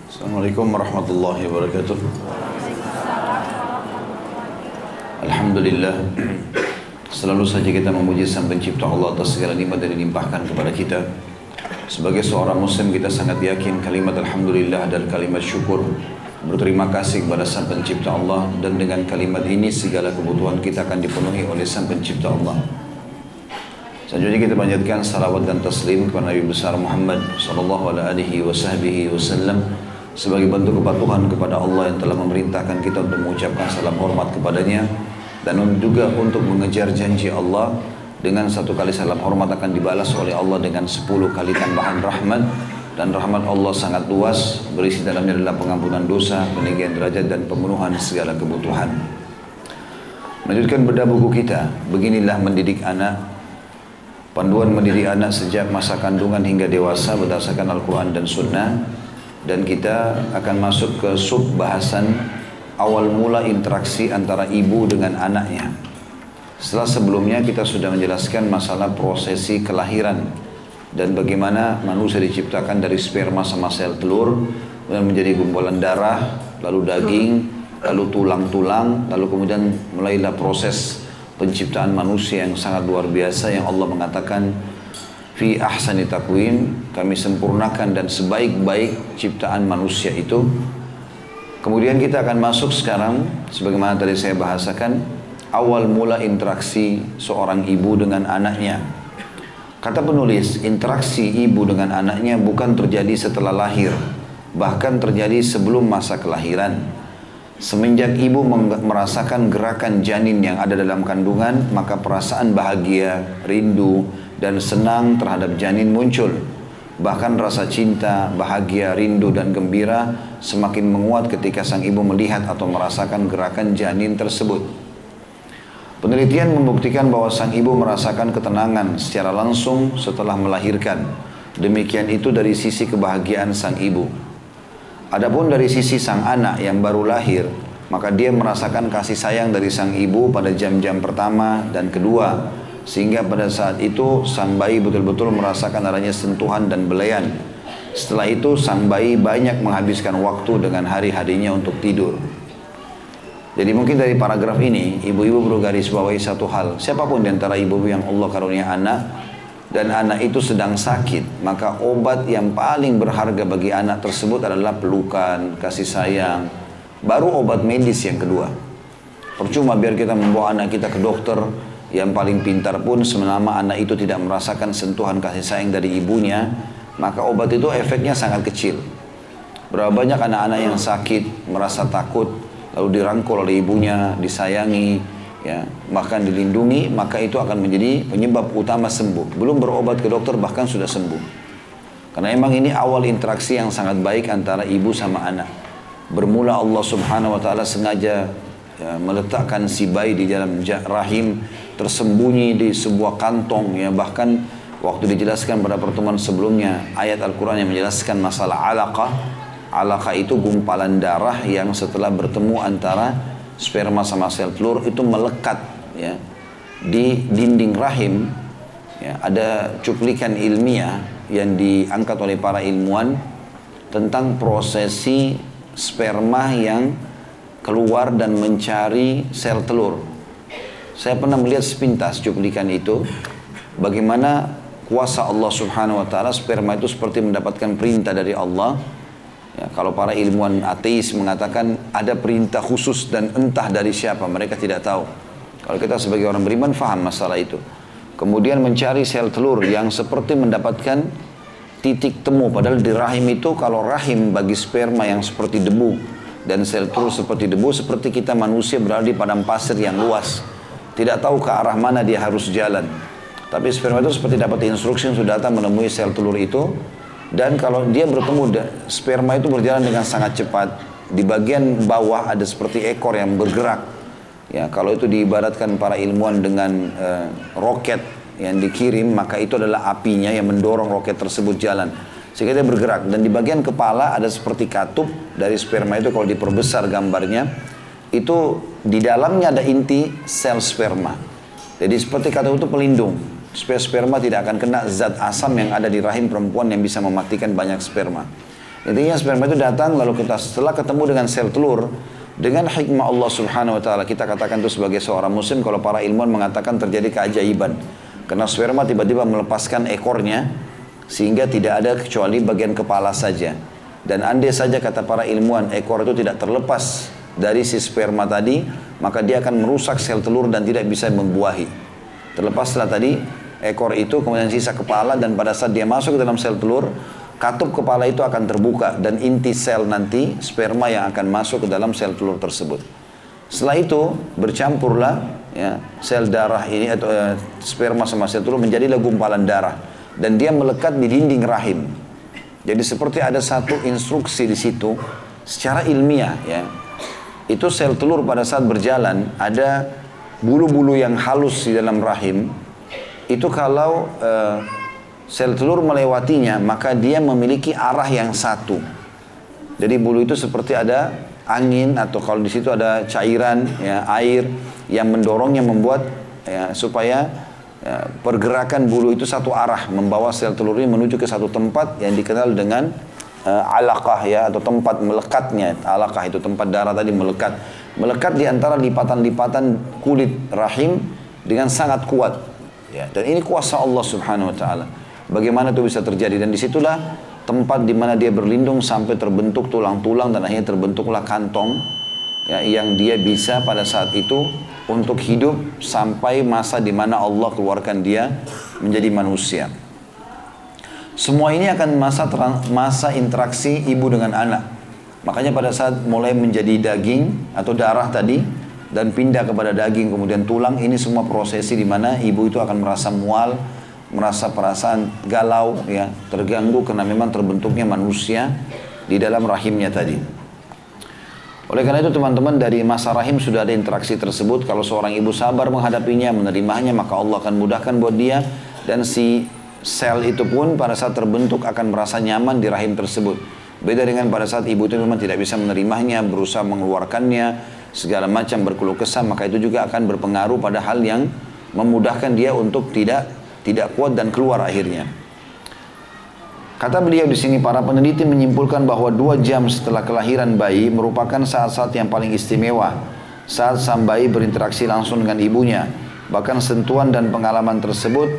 Assalamualaikum warahmatullahi wabarakatuh. Alhamdulillah, selalu saja kita memuji Sang Pencipta Allah atas segala nikmat yang dilimpahkan kepada kita. Sebagai seorang muslim kita sangat yakin kalimat Alhamdulillah dan kalimat syukur, berterima kasih kepada Sang Pencipta Allah, dan dengan kalimat ini segala kebutuhan kita akan dipenuhi oleh Sang Pencipta Allah. Selanjutnya kita panjatkan salawat dan taslim kepada Nabi besar Muhammad sallallahu alaihi wasallam sebagai bentuk kepatuhan kepada Allah yang telah memerintahkan kita untuk mengucapkan salam hormat kepadanya, dan juga untuk mengejar janji Allah dengan satu kali salam hormat akan dibalas oleh Allah dengan 10 kali tambahan rahmat, dan rahmat Allah sangat luas, berisi dalamnya adalah pengampunan dosa, peninggian derajat, dan pemenuhan segala kebutuhan. Melanjutkan bedah buku kita, Beginilah Mendidik Anak. Panduan mendidik anak sejak masa kandungan hingga dewasa berdasarkan Al-Quran dan Sunnah. Dan kita akan masuk ke sub bahasan awal mula interaksi antara ibu dengan anaknya. Setelah sebelumnya kita sudah menjelaskan masalah prosesi kelahiran dan bagaimana manusia diciptakan dari sperma sama sel telur dan menjadi gumpalan darah, lalu daging, lalu tulang-tulang, lalu kemudian mulailah proses penciptaan manusia yang sangat luar biasa yang Allah mengatakan fi ahsani taqwim, kami sempurnakan dan sebaik-baik ciptaan manusia itu. Kemudian kita akan masuk sekarang sebagaimana tadi saya bahasakan awal mula interaksi seorang ibu dengan anaknya. Kata penulis, interaksi ibu dengan anaknya bukan terjadi setelah lahir, bahkan terjadi sebelum masa kelahiran. Semenjak ibu merasakan gerakan janin yang ada dalam kandungan, maka perasaan bahagia, rindu, dan senang terhadap janin muncul. Bahkan rasa cinta, bahagia, rindu, dan gembira semakin menguat ketika sang ibu melihat atau merasakan gerakan janin tersebut. Penelitian membuktikan bahwa sang ibu merasakan ketenangan secara langsung setelah melahirkan. Demikian itu dari sisi kebahagiaan sang ibu. Adapun dari sisi sang anak yang baru lahir, maka dia merasakan kasih sayang dari sang ibu pada jam-jam pertama dan kedua, sehingga pada saat itu sang bayi betul-betul merasakan adanya sentuhan dan belayan. Setelah itu sang bayi banyak menghabiskan waktu dengan hari-harinya untuk tidur. Jadi mungkin dari paragraf ini ibu-ibu perlu garis bawahi satu hal. Siapapun di antara ibu-ibu yang Allah karunia anak dan anak itu sedang sakit, maka obat yang paling berharga bagi anak tersebut adalah pelukan, kasih sayang, baru obat medis yang kedua. Percuma biar kita membawa anak kita ke dokter yang paling pintar pun, selama anak itu tidak merasakan sentuhan kasih sayang dari ibunya, maka obat itu efeknya sangat kecil. Berapa banyak anak-anak yang sakit, merasa takut, lalu dirangkul oleh ibunya, disayangi, ya, bahkan dilindungi, maka itu akan menjadi penyebab utama sembuh. Belum berobat ke dokter bahkan sudah sembuh. Karena emang ini awal interaksi yang sangat baik antara ibu sama anak. Bermula Allah Subhanahu wa taala sengaja meletakkan si bayi di dalam rahim, tersembunyi di sebuah kantong, ya, bahkan waktu dijelaskan pada pertemuan sebelumnya ayat Al-Qur'an yang menjelaskan masalah alaqah. Alaqah itu gumpalan darah yang setelah bertemu antara sperma sama sel telur itu melekat, ya, di dinding rahim. Ya, ada cuplikan ilmiah yang diangkat oleh para ilmuwan tentang prosesi sperma yang keluar dan mencari sel telur. Saya pernah melihat sepintas cuplikan itu, bagaimana kuasa Allah Subhanahu wa taala, sperma itu seperti mendapatkan perintah dari Allah. Ya, kalau para ilmuwan ateis mengatakan ada perintah khusus dan entah dari siapa, mereka tidak tahu. Kalau kita sebagai orang beriman faham masalah itu. Kemudian mencari sel telur yang seperti mendapatkan titik temu, padahal di rahim itu, kalau rahim bagi sperma yang seperti debu dan sel telur seperti debu, seperti kita manusia berada di padang pasir yang luas, tidak tahu ke arah mana dia harus jalan. Tapi sperma itu seperti dapat instruksi yang sudah datang menemui sel telur itu. Dan kalau dia bertemu, sperma itu berjalan dengan sangat cepat. Di bagian bawah ada seperti ekor yang bergerak. Ya, kalau itu diibaratkan para ilmuwan dengan roket yang dikirim, maka itu adalah apinya yang mendorong roket tersebut jalan. Sehingga dia bergerak. Dan di bagian kepala ada seperti katup dari sperma itu, kalau diperbesar gambarnya, itu di dalamnya ada inti sel sperma. Jadi seperti katup itu pelindung. supaya sperma tidak akan kena zat asam yang ada di rahim perempuan yang bisa mematikan banyak sperma. Intinya sperma itu datang lalu kita setelah ketemu dengan sel telur, dengan hikmah Allah Subhanahu wa taala, kita katakan itu sebagai seorang muslim, kalau para ilmuwan mengatakan terjadi keajaiban. Karena sperma tiba-tiba melepaskan ekornya sehingga tidak ada kecuali bagian kepala saja. Dan andai saja kata para ilmuwan ekor itu tidak terlepas dari si sperma tadi, maka dia akan merusak sel telur dan tidak bisa membuahi. Terlepaslah tadi ekor itu, kemudian sisa kepala, dan pada saat dia masuk ke dalam sel telur, katup kepala itu akan terbuka dan inti sel nanti sperma yang akan masuk ke dalam sel telur tersebut. Setelah itu bercampurlah ya, sel darah ini atau sperma sama sel telur menjadilah gumpalan darah dan dia melekat di dinding rahim. Jadi seperti ada satu instruksi di situ secara ilmiah ya. Itu sel telur pada saat berjalan ada bulu-bulu yang halus di dalam rahim. Itu kalau sel telur melewatinya maka dia memiliki arah yang satu. Jadi bulu itu seperti ada angin atau kalau di situ ada cairan ya, air yang mendorongnya membuat ya, supaya pergerakan bulu itu satu arah membawa sel telur ini menuju ke satu tempat yang dikenal dengan alaqah ya, atau tempat melekatnya. Alaqah itu tempat darah tadi melekat di antara lipatan-lipatan kulit rahim dengan sangat kuat ya. Dan ini kuasa Allah Subhanahu wa taala. Bagaimana itu bisa terjadi, dan disitulah tempat di mana dia berlindung sampai terbentuk tulang-tulang dan akhirnya terbentuklah kantong ya, yang dia bisa pada saat itu untuk hidup sampai masa di mana Allah keluarkan dia menjadi manusia. Semua ini akan masa interaksi ibu dengan anak. Makanya pada saat mulai menjadi daging atau darah tadi dan pindah kepada daging kemudian tulang, ini semua prosesi di mana ibu itu akan merasa mual, merasa perasaan galau ya, terganggu karena memang terbentuknya manusia di dalam rahimnya tadi. Oleh karena itu teman-teman, dari masa rahim sudah ada interaksi tersebut. Kalau seorang ibu sabar menghadapinya, menerimanya, maka Allah akan mudahkan buat dia. Dan si sel itu pun pada saat terbentuk akan merasa nyaman di rahim tersebut. Beda dengan pada saat ibu itu memang tidak bisa menerimanya, berusaha mengeluarkannya, segala macam berkeluh kesah, maka itu juga akan berpengaruh pada hal yang memudahkan dia untuk tidak kuat dan keluar akhirnya. Kata beliau di sini, para peneliti menyimpulkan bahwa 2 jam setelah kelahiran bayi merupakan saat-saat yang paling istimewa. Saat sang bayi berinteraksi langsung dengan ibunya. Bahkan sentuhan dan pengalaman tersebut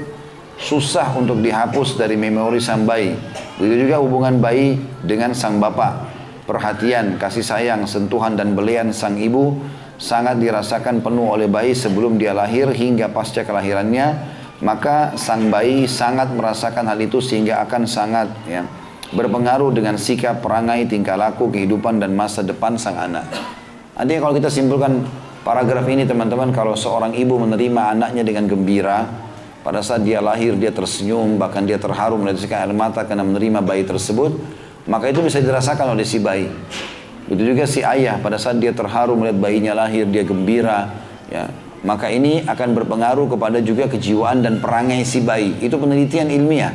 susah untuk dihapus dari memori sang bayi. Begitu juga hubungan bayi dengan sang bapak. Perhatian, kasih sayang, sentuhan dan belian sang ibu sangat dirasakan penuh oleh bayi sebelum dia lahir hingga pasca kelahirannya. Maka sang bayi sangat merasakan hal itu sehingga akan sangat ya, berpengaruh dengan sikap, perangai, tingkah laku, kehidupan dan masa depan sang anak. Artinya kalau kita simpulkan paragraf ini teman-teman, kalau seorang ibu menerima anaknya dengan gembira, pada saat dia lahir dia tersenyum, bahkan dia terharu meneteskan air mata karena menerima bayi tersebut, maka itu bisa dirasakan oleh si bayi. Begitu juga si ayah, pada saat dia terharu melihat bayinya lahir, dia gembira ya. Maka ini akan berpengaruh kepada juga kejiwaan dan perangai si bayi. Itu penelitian ilmiah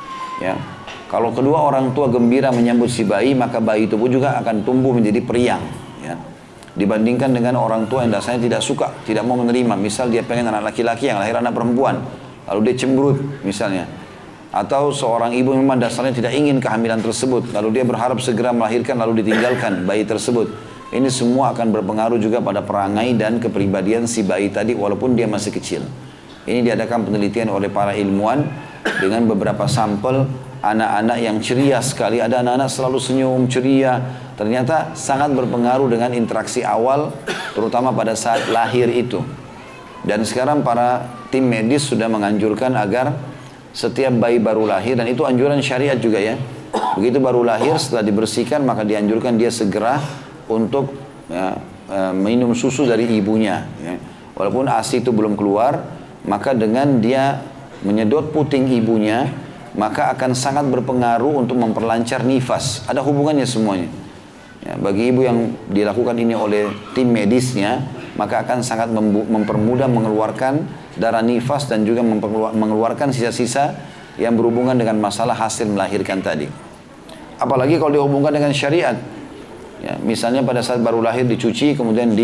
ya. Kalau kedua orang tua gembira menyambut si bayi, maka bayi itu pun juga akan tumbuh menjadi periang ya. Dibandingkan dengan orang tua yang dasarnya tidak suka, tidak mau menerima. Misal dia pengen anak laki-laki yang lahir anak perempuan, lalu dia cemberut misalnya. Atau seorang ibu memang dasarnya tidak ingin kehamilan tersebut, lalu dia berharap segera melahirkan lalu ditinggalkan bayi tersebut. Ini semua akan berpengaruh juga pada perangai dan kepribadian si bayi tadi walaupun dia masih kecil. Ini diadakan penelitian oleh para ilmuwan dengan beberapa sampel anak-anak yang ceria sekali. Ada anak-anak selalu senyum, ceria. Ternyata sangat berpengaruh dengan interaksi awal, terutama pada saat lahir itu. Dan sekarang para tim medis sudah menganjurkan agar setiap bayi baru lahir, dan itu anjuran syariat juga ya. Begitu baru lahir setelah dibersihkan maka dianjurkan dia segera untuk ya, minum susu dari ibunya ya. Walaupun ASI itu belum keluar, maka dengan dia menyedot puting ibunya maka akan sangat berpengaruh untuk memperlancar nifas. Ada hubungannya semuanya ya. Bagi ibu yang dilakukan ini oleh tim medisnya, maka akan sangat mempermudah mengeluarkan darah nifas dan juga mengeluarkan sisa-sisa yang berhubungan dengan masalah hasil melahirkan tadi. Apalagi kalau dihubungkan dengan syariat ya, misalnya pada saat baru lahir dicuci, kemudian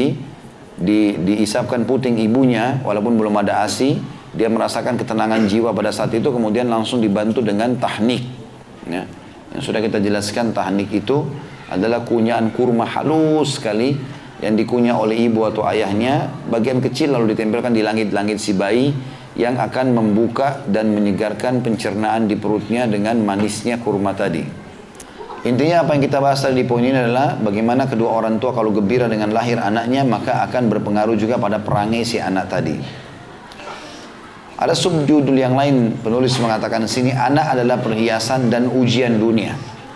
diisapkan puting ibunya, walaupun belum ada ASI, dia merasakan ketenangan jiwa pada saat itu, kemudian langsung dibantu dengan tahnik ya. Yang sudah kita jelaskan, tahnik itu adalah kunyaan kurma halus sekali yang dikunyah oleh ibu atau ayahnya, bagian kecil lalu ditempelkan di langit-langit si bayi yang akan membuka dan menyegarkan pencernaan di perutnya dengan manisnya kurma tadi. Intinya apa yang kita bahas tadi di poin ini adalah bagaimana kedua orang tua kalau gembira dengan lahir anaknya maka akan berpengaruh juga pada perangai si anak tadi. Ada subjudul yang lain, penulis mengatakan sini, anak adalah perhiasan dan ujian dunia.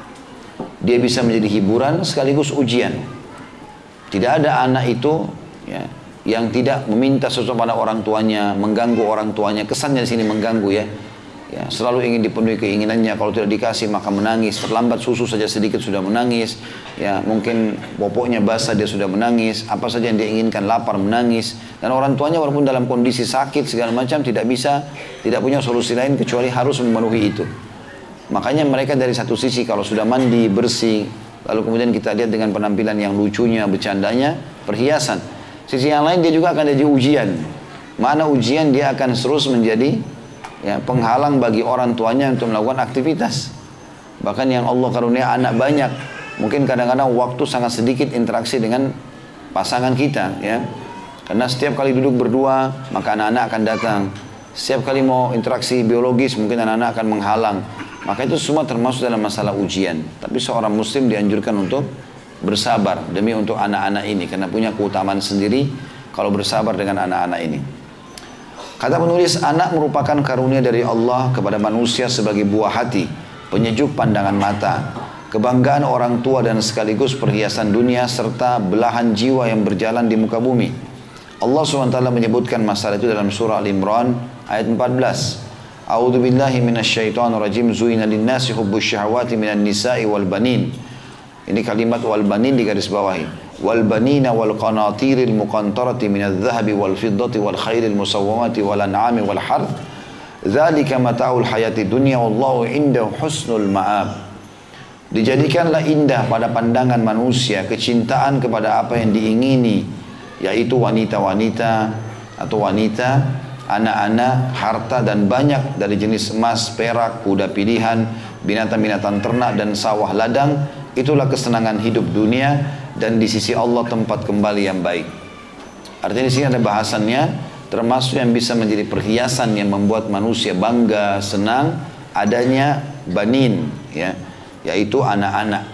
Dia bisa menjadi hiburan sekaligus ujian. Tidak ada anak itu ya, yang tidak meminta sesuatu pada orang tuanya, mengganggu orang tuanya. Kesannya di sini mengganggu ya. Ya, selalu ingin dipenuhi keinginannya, kalau tidak dikasih maka menangis, terlambat susu saja sedikit sudah menangis, ya mungkin popoknya basah dia sudah menangis, apa saja yang dia inginkan, lapar menangis, dan orang tuanya walaupun dalam kondisi sakit segala macam tidak punya solusi lain kecuali harus memenuhi itu. Makanya mereka dari satu sisi kalau sudah mandi bersih, lalu kemudian kita lihat dengan penampilan yang lucunya, bercandanya, perhiasan. Sisi yang lain dia juga akan jadi ujian. Mana ujian dia akan terus menjadi ya, penghalang bagi orang tuanya untuk melakukan aktivitas. Bahkan yang Allah karunia anak banyak, mungkin kadang-kadang waktu sangat sedikit interaksi dengan pasangan kita ya. Karena setiap kali duduk berdua maka anak-anak akan datang. Setiap kali mau interaksi biologis mungkin anak-anak akan menghalang. Maka itu semua termasuk dalam masalah ujian. Tapi seorang muslim dianjurkan untuk bersabar demi untuk anak-anak ini, karena punya keutamaan sendiri kalau bersabar dengan anak-anak ini. Kata penulis, anak merupakan karunia dari Allah kepada manusia sebagai buah hati, penyejuk pandangan mata, kebanggaan orang tua dan sekaligus perhiasan dunia serta belahan jiwa yang berjalan di muka bumi. Allah SWT menyebutkan masalah itu dalam surah Al-Imran ayat 14. A'udzu billahi minasyaitonir rajim, zuina lin-nasi hubbus syahawati minan nisa'i wal banin. Ini kalimat wal banin digaris bawahi. Wal banina wal qanatiril muqantarati minadh dhahabi wal fiddati wal khairil musawwamati wal an'ami wal harth. Dzalika mata'ul hayati dunya wallahu indahu husnul ma'ab. Dijadikanlah indah pada pandangan manusia kecintaan kepada apa yang diingini, yaitu wanita-wanita atau wanita, anak-anak, harta dan banyak dari jenis emas, perak, kuda pilihan, binatang-binatang ternak dan sawah ladang. Itulah kesenangan hidup dunia dan di sisi Allah tempat kembali yang baik. Artinya di sini ada bahasannya, termasuk yang bisa menjadi perhiasan yang membuat manusia bangga, senang adanya banin, ya, yaitu anak-anak.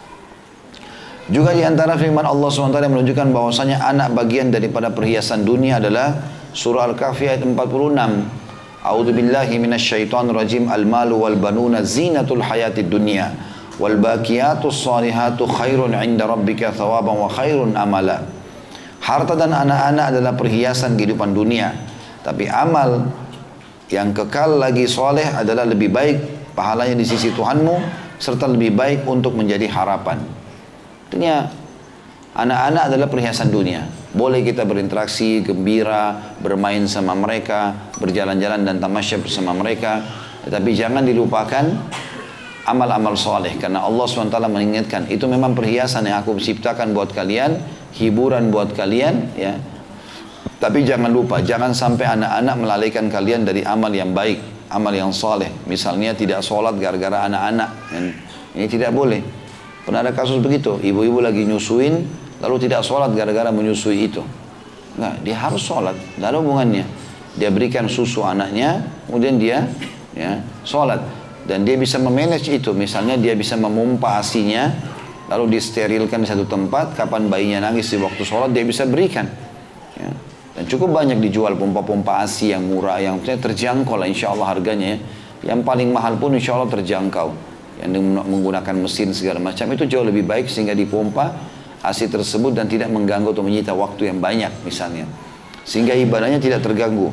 Juga di antara firman Allah SWT yang menunjukkan bahwasanya anak bagian daripada perhiasan dunia adalah surah Al-Kahfi ayat 46. A'udzu billahi minasyaitonir rajim, al-malu wal banuna zinatul hayatid dunya wal baqiyatus salihatu khairun 'inda rabbika thawaban wa khairun amala. Harta dan anak-anak adalah perhiasan kehidupan dunia, tapi amal yang kekal lagi soleh adalah lebih baik pahalanya di sisi Tuhanmu serta lebih baik untuk menjadi harapan. Artinya anak-anak adalah perhiasan dunia. Boleh kita berinteraksi, gembira, bermain sama mereka, berjalan-jalan dan tamasya bersama mereka, tetapi jangan dilupakan amal-amal soleh, karena Allah SWT mengingatkan itu memang perhiasan yang aku ciptakan buat kalian, hiburan buat kalian ya. Tapi jangan lupa, jangan sampai anak-anak melalaikan kalian dari amal yang baik, amal yang soleh. Misalnya tidak sholat gara-gara anak-anak, ini tidak boleh. Pernah ada kasus begitu, ibu-ibu lagi nyusuin lalu tidak sholat gara-gara menyusui itu. Nah, dia harus sholat, tidak ada hubungannya. Dia berikan susu anaknya, kemudian dia ya, sholat. Dan dia bisa memanage itu, misalnya dia bisa memompa asinya, lalu disterilkan di satu tempat, kapan bayinya nangis di waktu sholat dia bisa berikan. Ya. Dan cukup banyak dijual pompa-pompa asi yang murah, yang terjangkau lah insya Allah harganya. Ya. Yang paling mahal pun insya Allah terjangkau. Yang menggunakan mesin segala macam itu jauh lebih baik sehingga dipompa asi tersebut dan tidak mengganggu atau menyita waktu yang banyak misalnya. Sehingga ibadahnya tidak terganggu.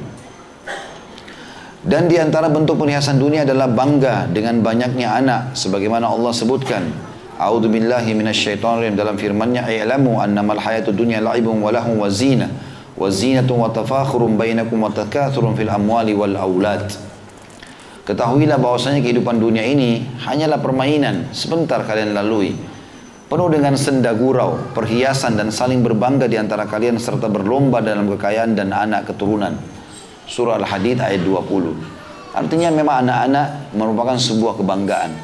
Dan di antara bentuk perhiasan dunia adalah bangga dengan banyaknya anak, sebagaimana Allah sebutkan. A'udzu billahi minasyaitonir rajim dalam firman-Nya, "I'lamu annamal hayatud dunya la'ibun wa lahun wa zinah wa zinatun wa tafakhurun bainakum wa takathurun fil amwali wal aulad." Ketahuilah bahwasanya kehidupan dunia ini hanyalah permainan, sebentar kalian lalui. Penuh dengan senda gurau, perhiasan dan saling berbangga di antara kalian serta berlomba dalam kekayaan dan anak keturunan. Surah Al-Hadid ayat 20. Artinya memang anak-anak merupakan sebuah kebanggaan.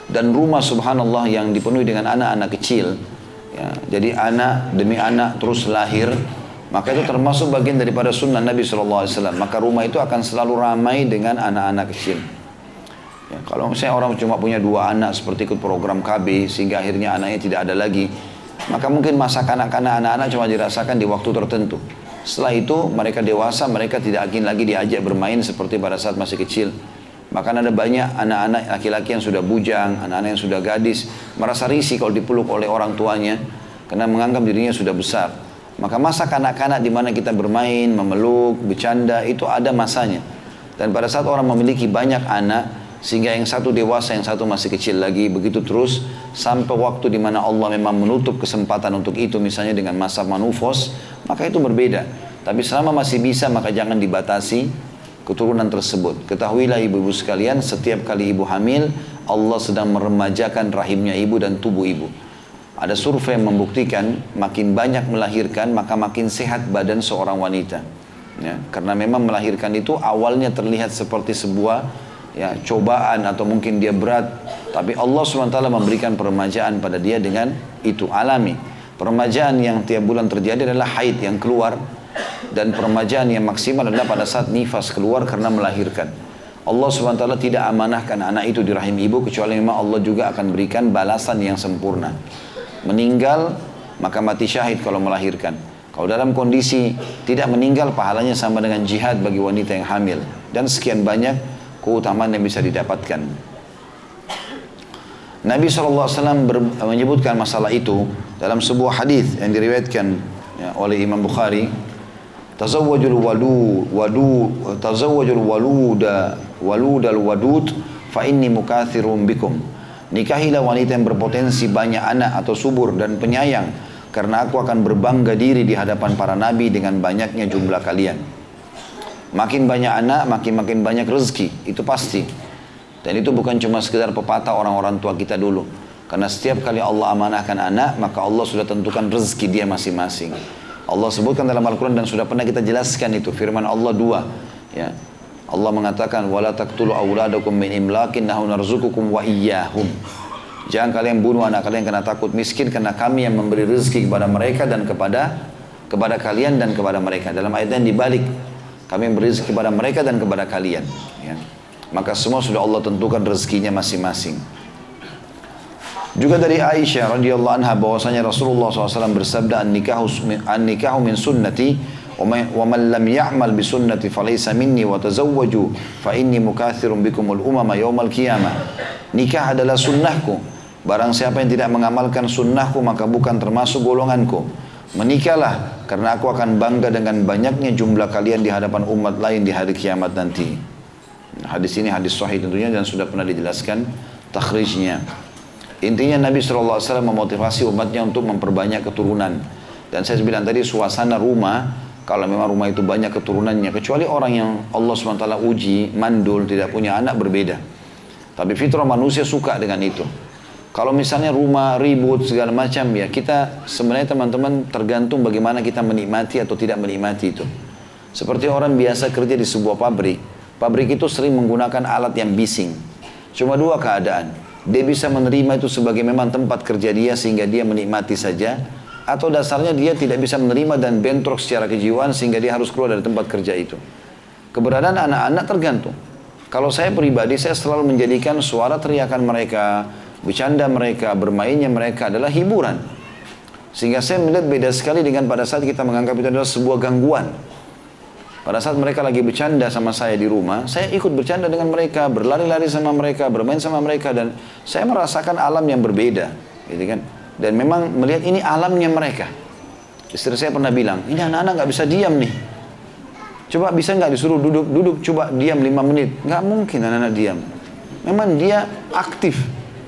dan rumah subhanallah yang dipenuhi dengan anak-anak kecil, ya, jadi anak demi anak terus lahir, maka itu termasuk bagian daripada sunnah Nabi SAW. Maka rumah itu akan selalu ramai dengan anak-anak kecil. Ya, kalau misalnya orang cuma punya 2 anak seperti ikut program KB sehingga akhirnya anaknya tidak ada lagi, maka mungkin masa kanak-kanak anak-anak cuma dirasakan di waktu tertentu. Setelah itu mereka dewasa, mereka tidak ingin lagi diajak bermain seperti pada saat masih kecil. Bahkan ada banyak anak-anak laki-laki yang sudah bujang, anak-anak yang sudah gadis, merasa risih kalau dipeluk oleh orang tuanya karena menganggap dirinya sudah besar. Maka masa kanak-kanak di mana kita bermain, memeluk, bercanda, itu ada masanya. Dan pada saat orang memiliki banyak anak, sehingga yang satu dewasa, yang satu masih kecil lagi, begitu terus sampai waktu di mana Allah memang menutup kesempatan untuk itu, misalnya dengan masa menopause, maka itu berbeda. Tapi selama masih bisa, maka jangan dibatasi keturunan tersebut. Ketahuilah ibu-ibu sekalian, setiap kali ibu hamil, Allah sedang meremajakan rahimnya ibu dan tubuh ibu. Ada survei yang membuktikan makin banyak melahirkan, maka makin sehat badan seorang wanita. Ya, karena memang melahirkan itu awalnya terlihat seperti sebuah cobaan atau mungkin dia berat, tapi Allah SWT memberikan peremajaan pada dia dengan itu alami. Peremajaan yang tiap bulan terjadi adalah haid yang keluar, dan peremajaan yang maksimal adalah pada saat nifas keluar karena melahirkan. Allah SWT tidak amanahkan anak itu di rahim ibu kecuali memang Allah juga akan berikan balasan yang sempurna. Meninggal maka mati syahid kalau melahirkan. Kalau dalam kondisi tidak meninggal, pahalanya sama dengan jihad bagi wanita yang hamil, dan sekian banyak keutamaan yang bisa didapatkan. Nabi SAW menyebutkan masalah itu dalam sebuah hadis yang diriwayatkan oleh Imam Bukhari. Tazawwajul waludal wadud fa inni mukathirun bikum. Nikahilah wanita yang berpotensi banyak anak atau subur dan penyayang, karena aku akan berbangga diri di hadapan para nabi dengan banyaknya jumlah kalian. Makin banyak anak, makin banyak rezeki, itu pasti. Dan itu bukan cuma sekedar pepatah orang-orang tua kita dulu. Karena setiap kali Allah amanahkan anak, maka Allah sudah tentukan rezeki dia masing-masing. Allah sebutkan dalam Al-Quran dan sudah pernah kita jelaskan itu. Firman Allah 2. Ya. Allah mengatakan, وَلَا تَقْتُلُوا أَوْلَادَكُمْ مِنْ إِمْلَاقٍ نَحْنُ نَرْزُقُكُمْ وَإِيَّاهُمْ. Jangan kalian bunuh anak kalian karena takut miskin, karena kami yang memberi rezeki kepada mereka dan kepada kalian dan kepada mereka. Dalam ayat yang dibalik, kami memberi rezeki kepada mereka dan kepada kalian. Ya. Maka semua sudah Allah tentukan rezekinya masing-masing. Juga dari Aisyah radhiyallahu anha bahwasanya Rasulullah SAW bersabda, an-nikahu min sunnati wa man lam ya'mal bi sunnati falaysa minni wa tazawwaju fa inni mukathirun bikumul umama yaumal qiyamah. Nikah adalah sunnahku. Barang siapa yang tidak mengamalkan sunnahku maka bukan termasuk golonganku. Menikahlah karena aku akan bangga dengan banyaknya jumlah kalian di hadapan umat lain di hari kiamat nanti. Hadis ini hadis sahih tentunya dan sudah pernah dijelaskan takhrijnya. Intinya Nabi SAW memotivasi umatnya untuk memperbanyak keturunan. Dan saya bilang tadi suasana rumah, kalau memang rumah itu banyak keturunannya, kecuali orang yang Allah SWT uji, mandul, tidak punya anak, berbeda. Tapi fitrah manusia suka dengan itu. Kalau misalnya rumah ribut segala macam, ya kita sebenarnya teman-teman tergantung bagaimana kita menikmati atau tidak menikmati itu. Seperti orang biasa kerja di sebuah pabrik. Pabrik itu sering menggunakan alat yang bising. Cuma 2 keadaan. Dia bisa menerima itu sebagai memang tempat kerja dia sehingga dia menikmati saja. Atau dasarnya dia tidak bisa menerima dan bentrok secara kejiwaan sehingga dia harus keluar dari tempat kerja itu. Keberadaan anak-anak tergantung. Kalau saya pribadi, saya selalu menjadikan suara teriakan mereka, bercanda mereka, bermainnya mereka adalah hiburan. Sehingga saya melihat beda sekali dengan pada saat kita menganggap itu adalah sebuah gangguan. Pada saat mereka lagi bercanda sama saya di rumah, saya ikut bercanda dengan mereka, berlari-lari sama mereka, bermain sama mereka, dan saya merasakan alam yang berbeda, gitu kan? Dan memang melihat ini alamnya mereka. Istri saya pernah bilang, ini anak-anak nggak bisa diam nih. Coba bisa nggak disuruh duduk, coba diam 5 menit? Nggak mungkin anak-anak diam. Memang dia aktif.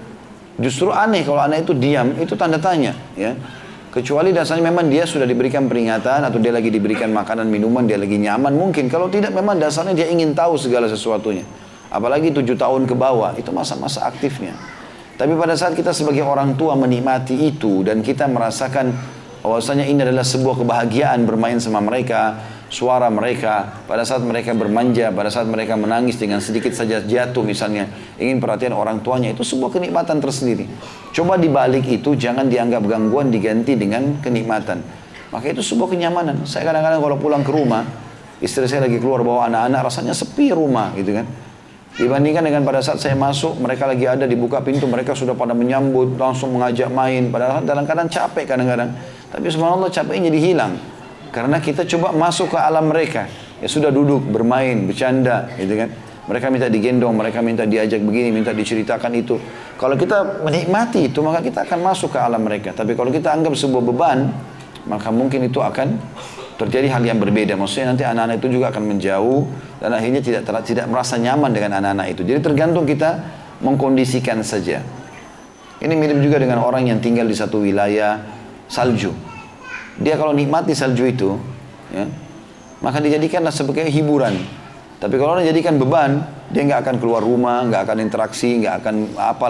Justru aneh kalau anak itu diam, itu tanda tanya, ya. Kecuali dasarnya memang dia sudah diberikan peringatan atau dia lagi diberikan makanan, minuman, dia lagi nyaman mungkin. Kalau tidak memang dasarnya dia ingin tahu segala sesuatunya. Apalagi 7 tahun ke bawah, itu masa-masa aktifnya. Tapi pada saat kita sebagai orang tua menikmati itu dan kita merasakan bahwasanya ini adalah sebuah kebahagiaan bermain sama mereka, suara mereka, pada saat mereka bermanja, pada saat mereka menangis dengan sedikit saja jatuh misalnya, ingin perhatian orang tuanya, itu sebuah kenikmatan tersendiri. Coba dibalik itu, jangan dianggap gangguan, diganti dengan kenikmatan. Maka itu sebuah kenyamanan. Saya kadang-kadang kalau pulang ke rumah, istri saya lagi keluar bawa anak-anak, rasanya sepi rumah gitu kan. Dibandingkan dengan pada saat saya masuk, mereka lagi ada, dibuka pintu, mereka sudah pada menyambut, langsung mengajak main. Padahal dalam keadaan capek kadang-kadang. Tapi subhanallah capeknya jadi hilang. Karena kita coba masuk ke alam mereka. Ya sudah duduk, bermain, bercanda gitu kan. Mereka minta digendong, mereka minta diajak begini, minta diceritakan itu. Kalau kita menikmati itu, maka kita akan masuk ke alam mereka. Tapi kalau kita anggap sebuah beban, maka mungkin itu akan terjadi hal yang berbeda. Maksudnya nanti anak-anak itu juga akan menjauh dan akhirnya tidak merasa nyaman dengan anak-anak itu. Jadi tergantung kita mengkondisikan saja. Ini mirip juga dengan orang yang tinggal di satu wilayah salju. Dia kalau nikmati salju itu, ya, maka dijadikanlah sebagai hiburan. Tapi kalau orang jadikan beban, dia nggak akan keluar rumah, nggak akan interaksi, nggak akan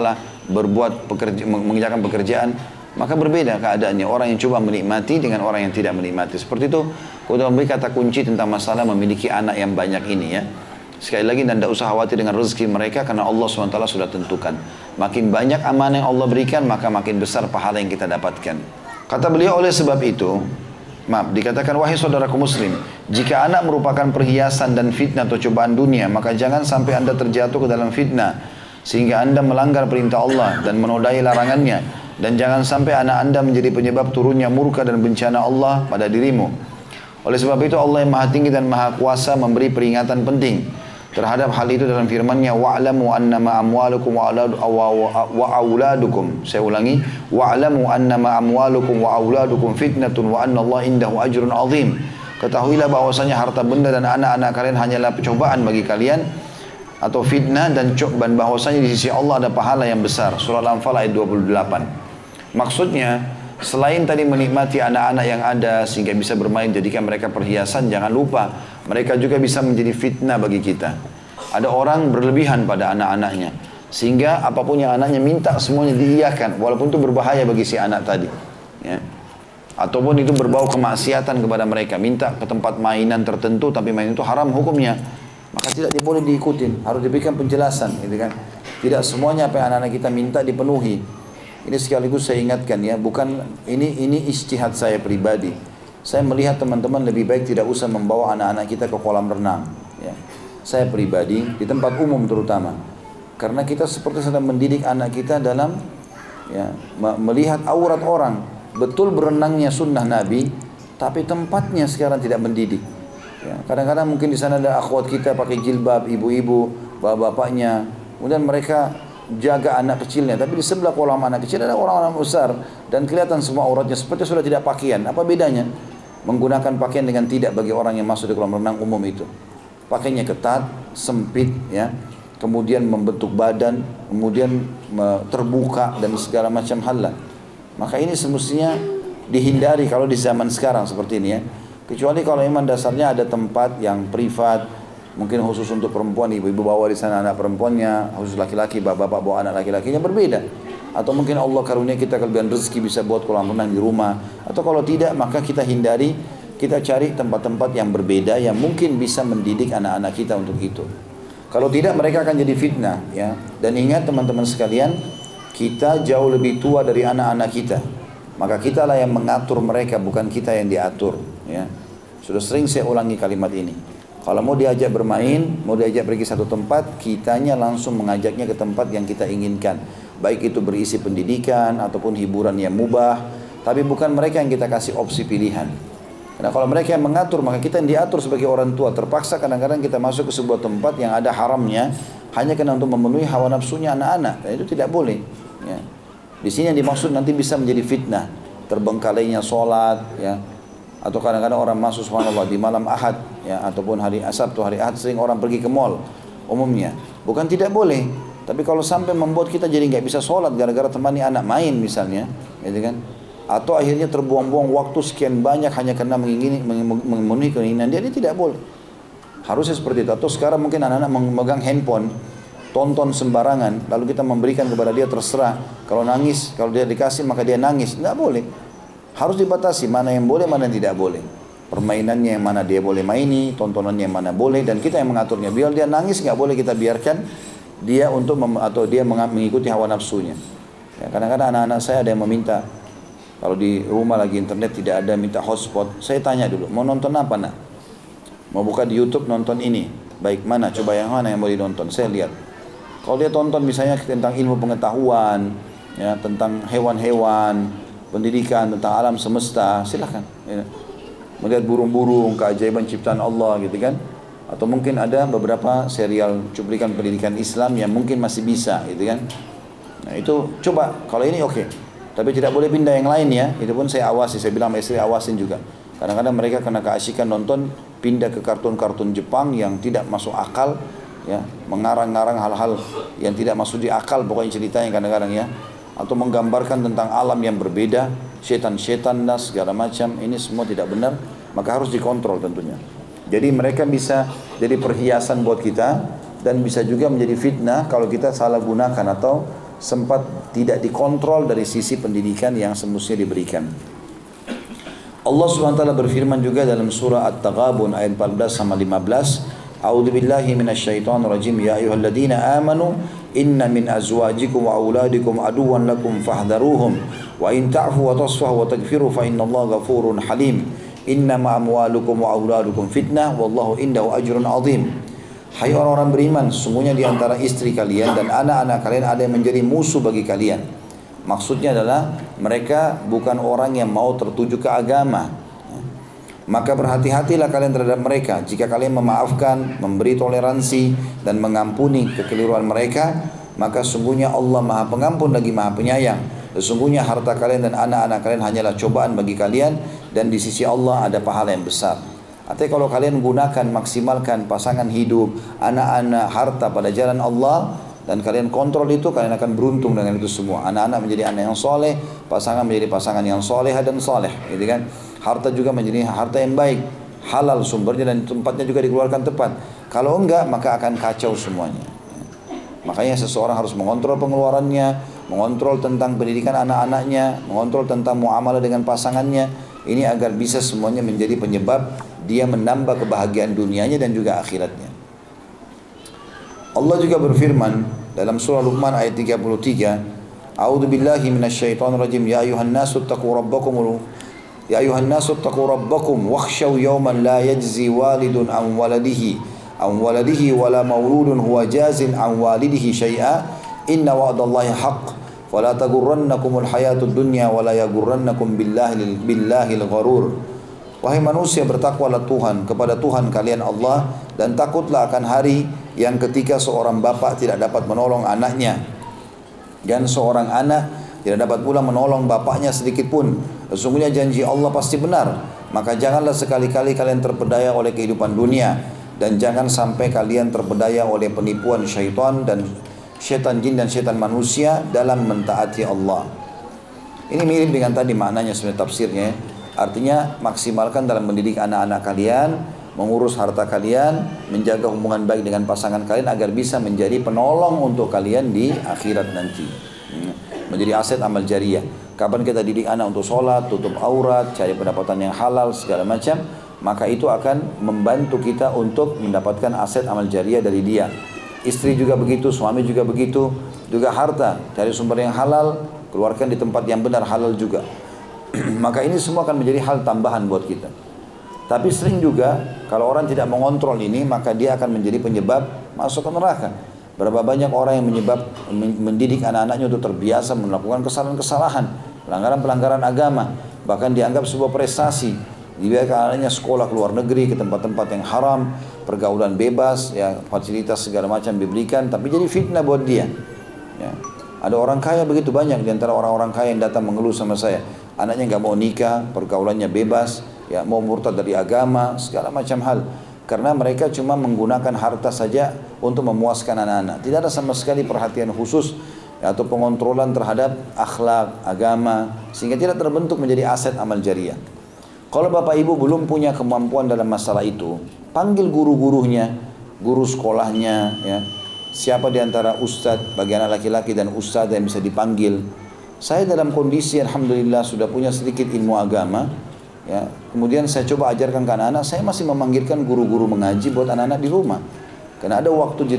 mengerjakan pekerjaan. Maka berbeda keadaannya orang yang coba menikmati dengan orang yang tidak menikmati. Seperti itu, kita memberi kata kunci tentang masalah memiliki anak yang banyak ini ya. Sekali lagi, Anda usah khawatir dengan rezeki mereka karena Allah SWT sudah tentukan. Makin banyak amanah yang Allah berikan, maka makin besar pahala yang kita dapatkan. Kata beliau, oleh sebab itu, dikatakan, wahai saudaraku muslim, jika anak merupakan perhiasan dan fitnah atau cobaan dunia, maka jangan sampai Anda terjatuh ke dalam fitnah sehingga Anda melanggar perintah Allah dan menodai larangannya. Dan jangan sampai anak Anda menjadi penyebab turunnya murka dan bencana Allah pada dirimu. Oleh sebab itu Allah yang maha tinggi dan maha kuasa memberi peringatan penting terhadap hal itu dalam firman-Nya, wa'lamu annama amwalukum wa auladukum. Saya ulangi, wa'lamu annama amwalukum wa auladukum fitnatun wa anna Allah indahu ajrun azim. Ketahuilah bahwasanya harta benda dan anak-anak kalian hanyalah cobaan bagi kalian atau fitnah, dan bahwasanya di sisi Allah ada pahala yang besar. Surah Al-Anfal ayat 28. Maksudnya, selain tadi menikmati anak-anak yang ada sehingga bisa bermain, jadikan mereka perhiasan, jangan lupa mereka juga bisa menjadi fitnah bagi kita. Ada orang berlebihan pada anak-anaknya sehingga apapun yang anaknya minta semuanya diiyakan, walaupun itu berbahaya bagi si anak tadi ya. Ataupun itu berbau kemaksiatan kepada mereka, minta ke tempat mainan tertentu tapi main itu haram hukumnya, maka tidak boleh diikutin, harus diberikan penjelasan gitu kan. Tidak semuanya apa yang anak-anak kita minta dipenuhi. Ini sekaligus saya ingatkan ya, bukan ini ijtihad saya pribadi. Saya melihat teman-teman lebih baik tidak usah membawa anak-anak kita ke kolam renang ya. Saya pribadi di tempat umum terutama. Karena kita seperti sedang mendidik anak kita dalam ya, melihat aurat orang. Betul berenangnya sunnah Nabi, tapi tempatnya sekarang tidak mendidik. Ya, kadang-kadang mungkin di sana ada akhwat kita pakai jilbab, ibu-ibu, bapak-bapaknya, kemudian mereka jaga anak kecilnya, tapi di sebelah kolam anak kecil ada orang-orang besar dan kelihatan semua auratnya seperti sudah tidak pakaian. Apa bedanya menggunakan pakaian dengan tidak bagi orang yang masuk di kolam renang umum itu? Pakainya ketat, sempit ya, kemudian membentuk badan, kemudian terbuka dan segala macam hal lah. Maka ini semestinya dihindari kalau di zaman sekarang seperti ini ya. Kecuali kalau memang dasarnya ada tempat yang privat, mungkin khusus untuk perempuan, ibu-ibu bawa di sana anak perempuannya, khusus laki-laki, bapak-bapak bawa anak laki-lakinya, berbeda. Atau mungkin Allah karunia kita kelebihan rezeki bisa buat kolam renang di rumah. Atau kalau tidak, maka kita hindari, kita cari tempat-tempat yang berbeda yang mungkin bisa mendidik anak-anak kita untuk itu. Kalau tidak, mereka akan jadi fitnah ya. Dan ingat teman-teman sekalian, kita jauh lebih tua dari anak-anak kita. Maka kitalah yang mengatur mereka, bukan kita yang diatur ya. Sudah sering saya ulangi kalimat ini. Kalau mau diajak bermain, mau diajak pergi satu tempat, kitanya langsung mengajaknya ke tempat yang kita inginkan. Baik itu berisi pendidikan ataupun hiburan yang mubah, tapi bukan mereka yang kita kasih opsi pilihan. Karena kalau mereka yang mengatur, maka kita yang diatur sebagai orang tua. Terpaksa kadang-kadang kita masuk ke sebuah tempat yang ada haramnya, hanya karena untuk memenuhi hawa nafsunya anak-anak. Dan itu tidak boleh. Ya. Di sini yang dimaksud nanti bisa menjadi fitnah, terbengkalainya sholat, ya. Atau kadang-kadang orang masuk subhanallah di malam Ahad ya, ataupun hari Sabtu, hari Ahad sering orang pergi ke mall umumnya. Bukan tidak boleh, tapi kalau sampai membuat kita jadi nggak bisa sholat gara-gara temani anak main misalnya, gitu kan? Atau akhirnya terbuang-buang waktu sekian banyak hanya karena memenuhi keinginan dia, ini tidak boleh. Harusnya seperti itu. Atau sekarang mungkin anak-anak memegang handphone, tonton sembarangan, lalu kita memberikan kepada dia terserah. Kalau nangis, kalau dia dikasih maka dia nangis, nggak boleh. Harus dibatasi mana yang boleh, mana yang tidak boleh. permainannya yang mana dia boleh maini, tontonannya yang mana boleh, dan kita yang mengaturnya. Biar dia nangis nggak boleh kita biarkan dia atau dia mengikuti hawa nafsunya. Ya, kadang-kadang anak-anak saya ada yang meminta, kalau di rumah lagi internet tidak ada, minta hotspot. Saya tanya dulu, mau nonton apa nak? Mau buka di YouTube nonton ini. Baik, mana? Coba yang mana yang mau dinonton? Saya lihat. Kalau dia tonton misalnya tentang ilmu pengetahuan, ya, tentang hewan-hewan, pendidikan, tentang alam semesta, silakan. Ya. Melihat burung-burung, keajaiban ciptaan Allah gitu kan. Atau mungkin ada beberapa serial cuplikan pendidikan Islam yang mungkin masih bisa gitu kan. Nah itu coba, kalau ini oke. Tapi tidak boleh pindah yang lain ya. Itu pun saya awasi, saya bilang sama istri awasin juga. Kadang-kadang mereka kena keasikan nonton, pindah ke kartun-kartun Jepang yang tidak masuk akal, ya, mengarang-ngarang hal-hal yang tidak masuk di akal pokoknya ceritanya kadang-kadang ya. Atau menggambarkan tentang alam yang berbeda, setan-setan dan segala macam. Ini semua tidak benar, maka harus dikontrol tentunya. Jadi mereka bisa jadi perhiasan buat kita dan bisa juga menjadi fitnah kalau kita salah gunakan atau sempat tidak dikontrol dari sisi pendidikan yang semestinya diberikan. Allah SWT berfirman juga dalam surah At-Taghabun ayat 14 sama 15, A'udzu billahi minasyaitonir rajim, ya ayyuhalladzina amanu inna min azwajikum wa auladikum aduwwan lakum fahdharuhum wa in ta'fu wa tasfahu wa taghfiru fa innallaha ghafurun halim. Innama amwalukum wa auladukum fitnah wallahu indahu ajrun azim. Hai orang-orang beriman, sesungguhnya di antara istri kalian dan anak-anak kalian ada yang menjadi musuh bagi kalian. Maksudnya adalah mereka bukan orang yang mau tertuju ke agama. Maka berhati-hatilah kalian terhadap mereka. Jika kalian memaafkan, memberi toleransi dan mengampuni kekeliruan mereka, maka sungguhnya Allah Maha Pengampun lagi Maha Penyayang. Sesungguhnya harta kalian dan anak-anak kalian hanyalah cobaan bagi kalian, dan di sisi Allah ada pahala yang besar. Artinya kalau kalian gunakan, maksimalkan pasangan hidup, anak-anak, harta pada jalan Allah, dan kalian kontrol itu, kalian akan beruntung dengan itu semua. Anak-anak menjadi anak yang soleh, pasangan menjadi pasangan yang solehah dan soleh, gitu kan? Harta juga menjadi harta yang baik, halal sumbernya dan tempatnya juga dikeluarkan tepat. Kalau enggak, maka akan kacau semuanya. Makanya seseorang harus mengontrol pengeluarannya, mengontrol tentang pendidikan anak-anaknya, mengontrol tentang muamalah dengan pasangannya. Ini agar bisa semuanya menjadi penyebab dia menambah kebahagiaan dunianya dan juga akhiratnya. Allah juga berfirman dalam surah Luqman ayat 33, A'udzu billahi minasyaitonir rajim, ya ayuhan nasu taqu rabbakum wakhshaw yawman la yajzi walidun an waladihi wala mauludun huwa jazin an walidihi syai'a inna wa'dallahi haqq fala taghurrannakumul hayatud dunya wala yaghurrannakum billahil gharur. Wahai manusia, bertakwalah Tuhan kepada Tuhan kalian Allah, dan takutlah akan hari yang ketika seorang bapak tidak dapat menolong anaknya dan seorang anak tidak dapat pula menolong bapaknya sedikit pun. Sesungguhnya janji Allah pasti benar. Maka janganlah sekali-kali kalian terpedaya oleh kehidupan dunia, dan jangan sampai kalian terpedaya oleh penipuan syaitan dan syaitan jin dan syaitan manusia dalam mentaati Allah. Ini mirip dengan tadi maknanya sebenarnya tafsirnya. Artinya maksimalkan dalam mendidik anak-anak kalian, mengurus harta kalian, menjaga hubungan baik dengan pasangan kalian agar bisa menjadi penolong untuk kalian di akhirat nanti. Menjadi aset amal jariah. Kapan kita didik anak untuk sholat, tutup aurat, cari pendapatan yang halal, segala macam, maka itu akan membantu kita untuk mendapatkan aset amal jariah dari dia. Istri juga begitu, suami juga begitu, juga harta, cari sumber yang halal, keluarkan di tempat yang benar, halal juga. Maka ini semua akan menjadi hal tambahan buat kita. Tapi sering juga kalau orang tidak mengontrol ini, maka dia akan menjadi penyebab masuk ke neraka. Berapa banyak orang yang mendidik anak-anaknya untuk terbiasa melakukan kesalahan-kesalahan, pelanggaran-pelanggaran agama, bahkan dianggap sebuah prestasi. Dibiarkan anaknya sekolah ke luar negeri, ke tempat-tempat yang haram, pergaulan bebas, ya, fasilitas segala macam diberikan, tapi jadi fitnah buat dia. Ya. Ada orang kaya begitu banyak di antara orang-orang kaya yang datang mengeluh sama saya. Anaknya nggak mau nikah, pergaulannya bebas, ya, mau murtad dari agama, segala macam hal. Karena mereka cuma menggunakan harta saja untuk memuaskan anak-anak. Tidak ada sama sekali perhatian khusus, ya, atau pengontrolan terhadap akhlak, agama, sehingga tidak terbentuk menjadi aset amal jariah. Kalau bapak ibu belum punya kemampuan dalam masalah itu, panggil guru-gurunya, guru sekolahnya, ya. Siapa di antara ustadz bagi anak laki-laki dan ustadz yang bisa dipanggil. Saya dalam kondisi alhamdulillah sudah punya sedikit ilmu agama, Ya, kemudian saya coba ajarkan ke anak-anak, saya masih memanggilkan guru-guru mengaji buat anak-anak di rumah. Karena ada waktu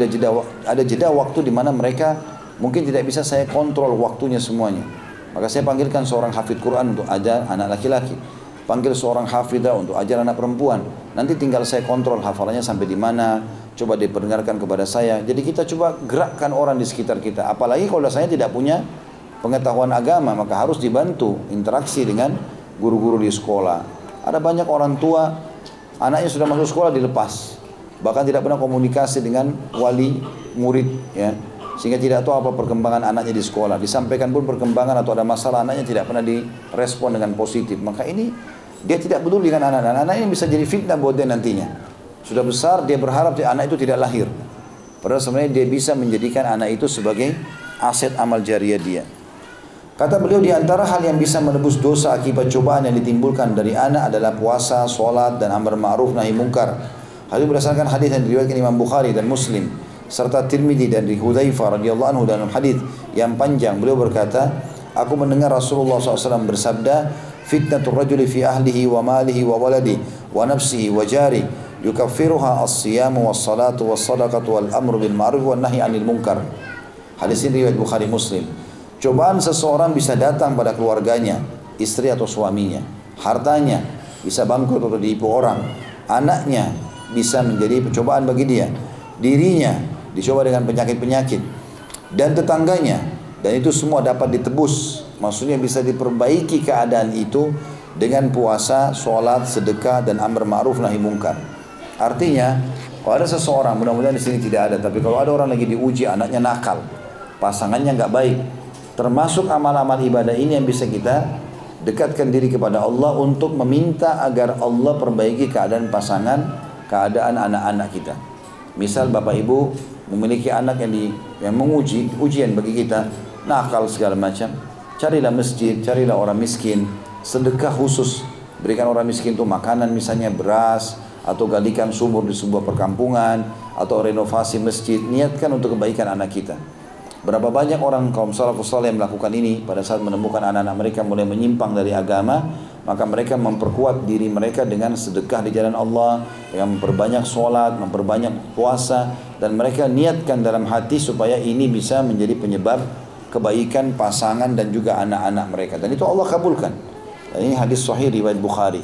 jeda waktu di mana mereka mungkin tidak bisa saya kontrol waktunya semuanya. Maka saya panggilkan seorang hafidh Quran untuk ajar anak laki-laki, panggil seorang hafidah untuk ajar anak perempuan. Nanti tinggal saya kontrol hafalannya sampai di mana, coba diperdengarkan kepada saya. Jadi kita coba gerakkan orang di sekitar kita. Apalagi kalau saya tidak punya pengetahuan agama, maka harus dibantu interaksi dengan guru-guru di sekolah. Ada banyak orang tua, anaknya sudah masuk sekolah dilepas, bahkan tidak pernah komunikasi dengan wali murid, ya, sehingga tidak tahu apa perkembangan anaknya di sekolah. Disampaikan pun perkembangan atau ada masalah, anaknya tidak pernah direspon dengan positif. Maka ini dia tidak peduli dengan anak, dan anak ini bisa jadi fitnah buat dia nantinya. Sudah besar dia berharap anak itu tidak lahir, padahal sebenarnya dia bisa menjadikan anak itu sebagai aset amal jariah dia. Kata beliau, di antara hal yang bisa menebus dosa akibat cobaan yang ditimbulkan dari anak adalah puasa, sholat, dan amar ma'ruf nahi mungkar. Hal ini berdasarkan hadis yang diriwayatkan Imam Bukhari dan Muslim serta Tirmidzi dan Hudzaifah radhiyallahu anhu dalam hadis yang panjang. Beliau berkata, aku mendengar Rasulullah SAW bersabda, fitnatul rajuli fi ahlihi wa malihi wa waladi wa nafsihi wa jari yukaffiruha as-siyamu was-salatu was-sadaqatu wal amru bil ma'ruf wan nahyi 'anil munkar. Hadis ini riwayat Bukhari Muslim. Cobaan seseorang bisa datang pada keluarganya, istri atau suaminya, hartanya bisa bangkrut atau ditipu orang, anaknya bisa menjadi pencobaan bagi dia, dirinya dicoba dengan penyakit-penyakit, dan tetangganya, dan itu semua dapat ditebus. Maksudnya bisa diperbaiki keadaan itu dengan puasa, sholat, sedekah, dan amar ma'ruf nahi mungkar. Artinya, kalau ada seseorang, mudah-mudahan di sini tidak ada, tapi kalau ada orang lagi diuji, anaknya nakal, pasangannya nggak baik, termasuk amal-amal ibadah ini yang bisa kita dekatkan diri kepada Allah untuk meminta agar Allah perbaiki keadaan pasangan, keadaan anak-anak kita. Misal bapak ibu memiliki anak yang menguji, ujian bagi kita, nakal segala macam, carilah masjid, carilah orang miskin, sedekah khusus, berikan orang miskin itu makanan, misalnya beras, atau galikan sumur di sebuah perkampungan, atau renovasi masjid, niatkan untuk kebaikan anak kita. Berapa banyak orang kaum salafus saleh yang melakukan ini pada saat menemukan anak-anak mereka mulai menyimpang dari agama, maka mereka memperkuat diri mereka dengan sedekah di jalan Allah, dengan memperbanyak sholat, memperbanyak puasa, dan mereka niatkan dalam hati supaya ini bisa menjadi penyebab kebaikan pasangan dan juga anak-anak mereka, dan itu Allah kabulkan. Dan ini hadis sahih riwayat Bukhari.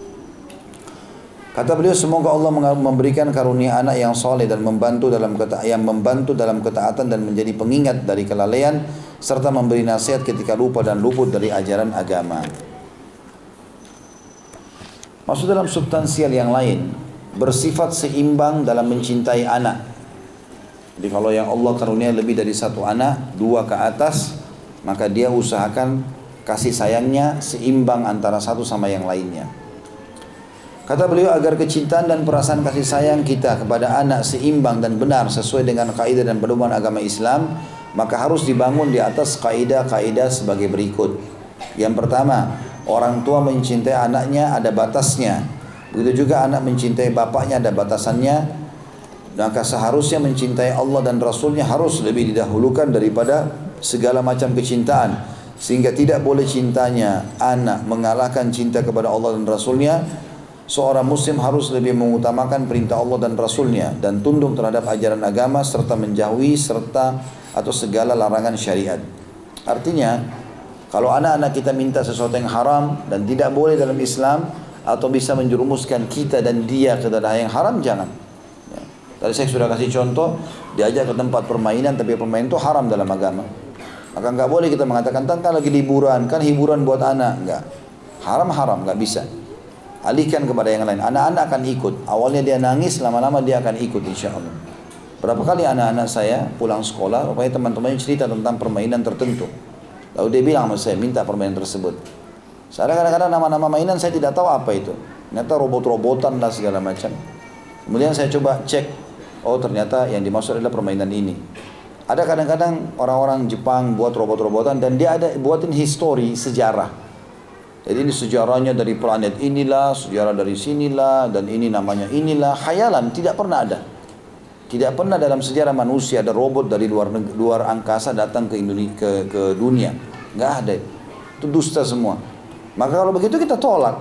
Kata beliau, semoga Allah memberikan karunia anak yang soleh dan membantu dalam ketaatan dan menjadi pengingat dari kelalaian, serta memberi nasihat ketika lupa dan luput dari ajaran agama. Masuk dalam substansial yang lain, bersifat seimbang dalam mencintai anak. Jadi kalau yang Allah karunia lebih dari satu anak, 2 ke atas, maka dia usahakan kasih sayangnya seimbang antara satu sama yang lainnya. Kata beliau, agar kecintaan dan perasaan kasih sayang kita kepada anak seimbang dan benar sesuai dengan kaidah dan pedoman agama Islam, maka harus dibangun di atas kaidah-kaidah sebagai berikut. Yang pertama, orang tua mencintai anaknya ada batasnya. Begitu juga anak mencintai bapaknya ada batasannya. Maka seharusnya mencintai Allah dan Rasulnya harus lebih didahulukan daripada segala macam kecintaan. Sehingga tidak boleh cintanya anak mengalahkan cinta kepada Allah dan Rasulnya. Seorang muslim harus lebih mengutamakan perintah Allah dan Rasulnya dan tunduk terhadap ajaran agama serta menjauhi atau segala larangan syariat. Artinya, kalau anak-anak kita minta sesuatu yang haram dan tidak boleh dalam Islam atau bisa menjerumuskan kita dan dia ke dalam yang haram, jangan. Ya. Tadi saya sudah kasih contoh, diajak ke tempat permainan tapi permainan itu haram dalam agama. Maka nggak boleh kita mengatakan, kan lagi liburan, kan hiburan buat anak. Nggak. Haram-haram, nggak bisa. Alihkan kepada yang lain. Anak-anak akan ikut. Awalnya dia nangis, lama-lama dia akan ikut insya Allah. Berapa kali anak-anak saya pulang sekolah, rupanya teman-temannya cerita tentang permainan tertentu. Lalu dia bilang sama saya, minta permainan tersebut. Saya kadang-kadang nama-nama mainan saya tidak tahu apa itu. Ternyata robot-robotan lah segala macam. Kemudian saya coba cek, oh ternyata yang dimaksud adalah permainan ini. Ada kadang-kadang orang-orang Jepang buat robot-robotan dan dia ada buatin histori, sejarah. Jadi ini sejarahnya dari planet inilah, sejarah dari sinilah, dan ini namanya inilah. Khayalan, tidak pernah ada. Tidak pernah dalam sejarah manusia ada robot dari luar angkasa datang ke dunia. Nggak ada. Itu dusta semua. Maka kalau begitu kita tolak.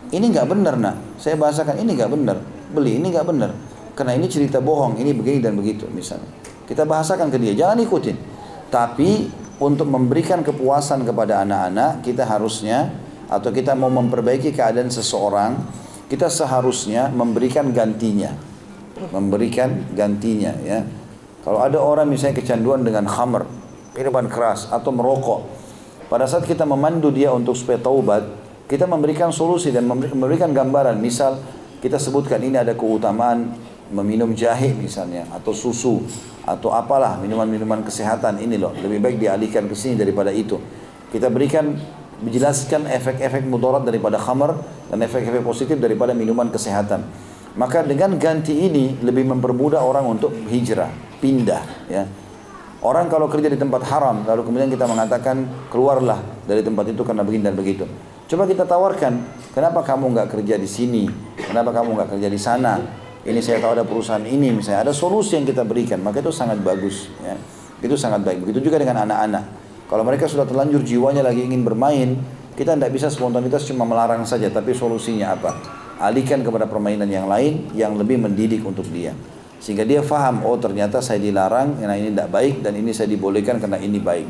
ini nggak benar nak, saya bahasakan ini nggak benar, beli ini nggak benar, karena ini cerita bohong, ini begini dan begitu misalnya. Kita bahasakan ke dia, jangan ikutin. Tapi untuk memberikan kepuasan kepada anak-anak, kita harusnya, atau kita mau memperbaiki keadaan seseorang, kita seharusnya memberikan gantinya. Memberikan gantinya ya. Kalau ada orang misalnya kecanduan dengan khamr, minuman keras atau merokok, pada saat kita memandu dia untuk supaya taubat, kita memberikan solusi dan memberikan gambaran. Misal kita sebutkan ini ada keutamaan meminum jahe misalnya, atau susu, atau apalah minuman-minuman kesehatan ini loh, lebih baik dialihkan ke sini daripada itu. Kita berikan, menjelaskan efek-efek mudarat daripada khamr dan efek-efek positif daripada minuman kesehatan. Maka dengan ganti ini lebih mempermudah orang untuk hijrah, pindah ya. Orang kalau kerja di tempat haram, lalu kemudian kita mengatakan keluarlah dari tempat itu karena begini dan begitu. Coba kita tawarkan, kenapa kamu nggak kerja di sini? Kenapa kamu nggak kerja di sana? Ini saya tahu ada perusahaan ini, misalnya ada solusi yang kita berikan, maka itu sangat bagus. Ya. Itu sangat baik. Begitu juga dengan anak-anak. Kalau mereka sudah terlanjur jiwanya lagi ingin bermain, kita tidak bisa spontanitas cuma melarang saja, tapi solusinya apa? Alihkan kepada permainan yang lain yang lebih mendidik untuk dia. Sehingga dia faham, oh ternyata saya dilarang karena ini tidak baik dan ini saya dibolehkan karena ini baik.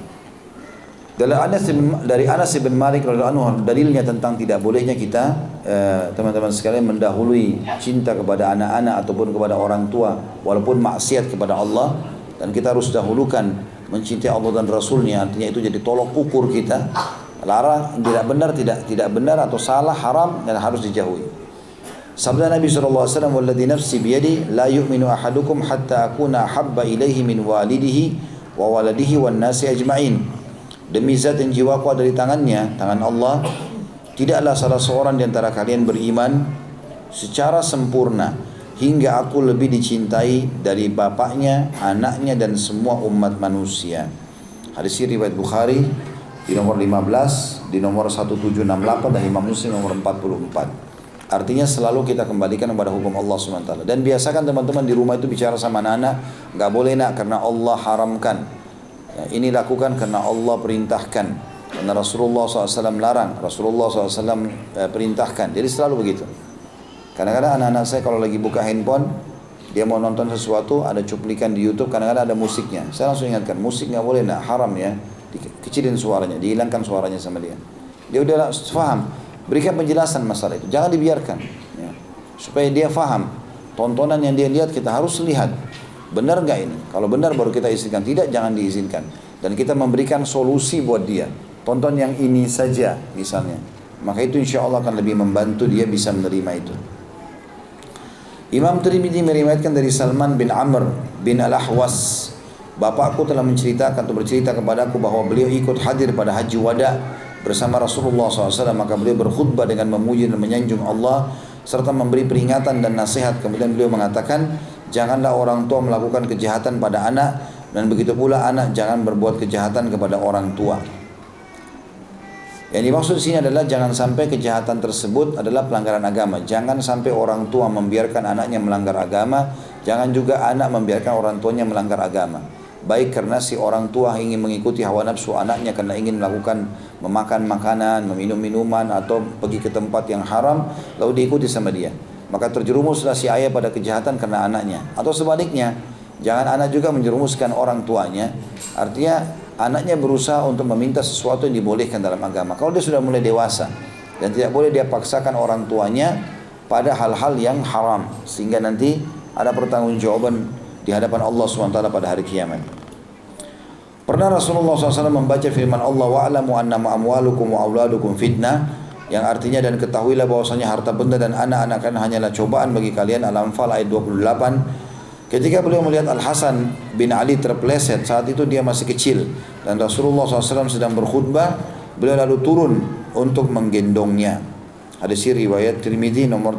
Dari Anas bin Malik radhiyallahu anhu, dalilnya tentang tidak bolehnya kita teman-teman sekalian mendahului cinta kepada anak-anak ataupun kepada orang tua walaupun maksiat kepada Allah, dan kita harus dahulukan mencintai Allah dan Rasulnya, artinya itu jadi tolok ukur kita. Larang tidak benar, tidak benar atau salah, haram dan harus dijauhi. Sabda Nabi SAW, "Walladzi nafsi biyadi la yu'minu ahadukum hatta akuna ahabba ilaihi min walidihi wa waladihi wan nasi ajma'in." Demi zat yang jiwaku ada di tangannya, tangan Allah, tidaklah salah seorang di antara kalian beriman secara sempurna hingga aku lebih dicintai dari bapaknya, anaknya dan semua umat manusia. Hadis ini riwayat Bukhari di nomor 15, di nomor 1768 dan Imam Muslim nomor 44. Artinya selalu kita kembalikan kepada hukum Allah SWT. Dan biasakan teman-teman di rumah itu bicara sama anak-anak, nggak boleh nak karena Allah haramkan. Ya, ini lakukan karena Allah perintahkan. Karena Rasulullah SAW larang, Rasulullah SAW perintahkan. Jadi selalu begitu. Kadang-kadang anak-anak saya kalau lagi buka handphone, dia mau nonton sesuatu, ada cuplikan di YouTube, kadang-kadang ada musiknya. Saya langsung ingatkan, musik nggak boleh nak, haram ya. Dikecilin suaranya, dihilangkan suaranya sama dia. Dia udah faham. Berikan penjelasan masalah itu, jangan dibiarkan ya. Supaya dia faham tontonan yang dia lihat kita harus lihat benar nggak ini. Kalau benar baru kita izinkan, tidak jangan diizinkan. Dan kita memberikan solusi buat dia. Tonton yang ini saja misalnya, maka itu insya Allah akan lebih membantu dia bisa menerima itu. Imam Tirmidzi meriwayatkan dari Salman bin Amr bin Al-Ahwas, bapakku telah menceritakan atau bercerita kepadaku bahwa beliau ikut hadir pada haji wada bersama Rasulullah SAW, maka beliau berkhutbah dengan memuji dan menyanjung Allah serta memberi peringatan dan nasihat. Kemudian beliau mengatakan, janganlah orang tua melakukan kejahatan pada anak, dan begitu pula anak jangan berbuat kejahatan kepada orang tua. Yang dimaksud di sini adalah jangan sampai kejahatan tersebut adalah pelanggaran agama. Jangan sampai orang tua membiarkan anaknya melanggar agama, jangan juga anak membiarkan orang tuanya melanggar agama. Baik karena si orang tua ingin mengikuti hawa nafsu anaknya karena ingin melakukan memakan makanan, meminum minuman atau pergi ke tempat yang haram lalu diikuti sama dia, maka terjerumuslah si ayah pada kejahatan karena anaknya. Atau sebaliknya, jangan anak juga menjerumuskan orang tuanya, artinya anaknya berusaha untuk meminta sesuatu yang dibolehkan dalam agama. Kalau dia sudah mulai dewasa dan tidak boleh dia paksakan orang tuanya pada hal-hal yang haram, sehingga nanti ada pertanggungjawaban di hadapan Allah SWT pada hari kiamat. Pernah Rasulullah SAW membaca firman Allah, wa'alamu annama amwalukum wa auladukum fitnah, yang artinya dan ketahuilah bahwasanya harta benda dan anak-anak kan hanyalah cobaan bagi kalian. Al-Anfal ayat 28. Ketika beliau melihat Al-Hasan bin Ali terpeleset, saat itu dia masih kecil dan Rasulullah SAW sedang berkhutbah, beliau lalu turun untuk menggendongnya. Hadis riwayat Tirmidzi nomor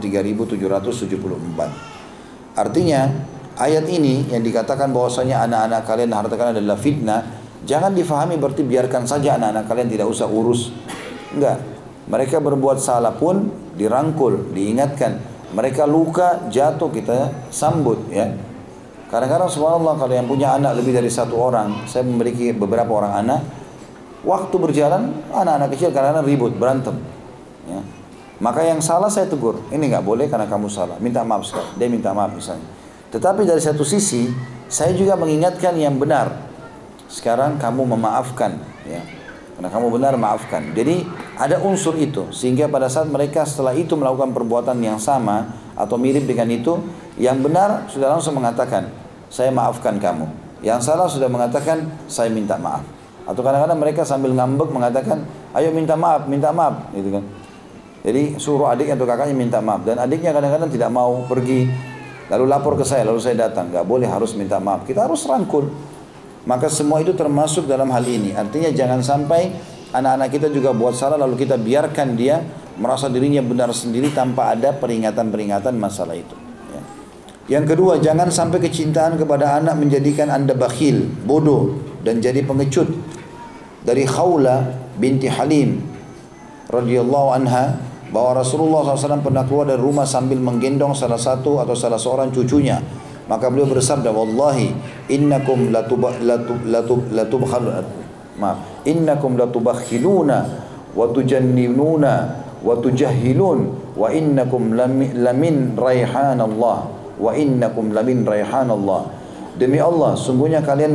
3774. Artinya ayat ini yang dikatakan bahwasanya anak-anak kalian harta kalian adalah fitnah, jangan difahami berarti biarkan saja anak-anak kalian tidak usah urus. Enggak. Mereka berbuat salah pun dirangkul, diingatkan. Mereka luka, jatuh, kita sambut ya. Kadang-kadang subhanallah kalau yang punya anak lebih dari satu orang, saya memiliki beberapa orang anak, waktu berjalan anak-anak kecil kadang-kadang ribut, berantem ya. Maka yang salah saya tegur, ini nggak boleh karena kamu salah, minta maaf sekarang. Dia minta maaf misalnya. Tetapi dari satu sisi, saya juga mengingatkan yang benar. Sekarang kamu memaafkan, ya. Karena kamu benar, maafkan. Jadi ada unsur itu, sehingga pada saat mereka setelah itu melakukan perbuatan yang sama atau mirip dengan itu, yang benar sudah langsung mengatakan, saya maafkan kamu. Yang salah sudah mengatakan, saya minta maaf. Atau kadang-kadang mereka sambil ngambek mengatakan, ayo minta maaf, gitu kan. Jadi suruh adik atau kakaknya minta maaf, dan adiknya kadang-kadang tidak mau pergi, lalu lapor ke saya, lalu saya datang. Gak boleh, harus minta maaf, kita harus rangkul. Maka semua itu termasuk dalam hal ini. Artinya jangan sampai anak-anak kita juga buat salah lalu kita biarkan dia merasa dirinya benar sendiri tanpa ada peringatan-peringatan masalah itu, ya. Yang kedua, jangan sampai kecintaan kepada anak menjadikan anda bakhil, bodoh, dan jadi pengecut. Dari Khawla binti Halim radhiyallahu anha, bahwa Rasulullah SAW pernah keluar dari rumah sambil menggendong salah satu atau salah seorang cucunya. Maka beliau bersabda, wallahi innakum latubakhiluna wa tujannibuna wa tujahilun wa innakum lamin raihanallah wa innakum lamin raihanallah. Demi Allah, sesungguhnya kalian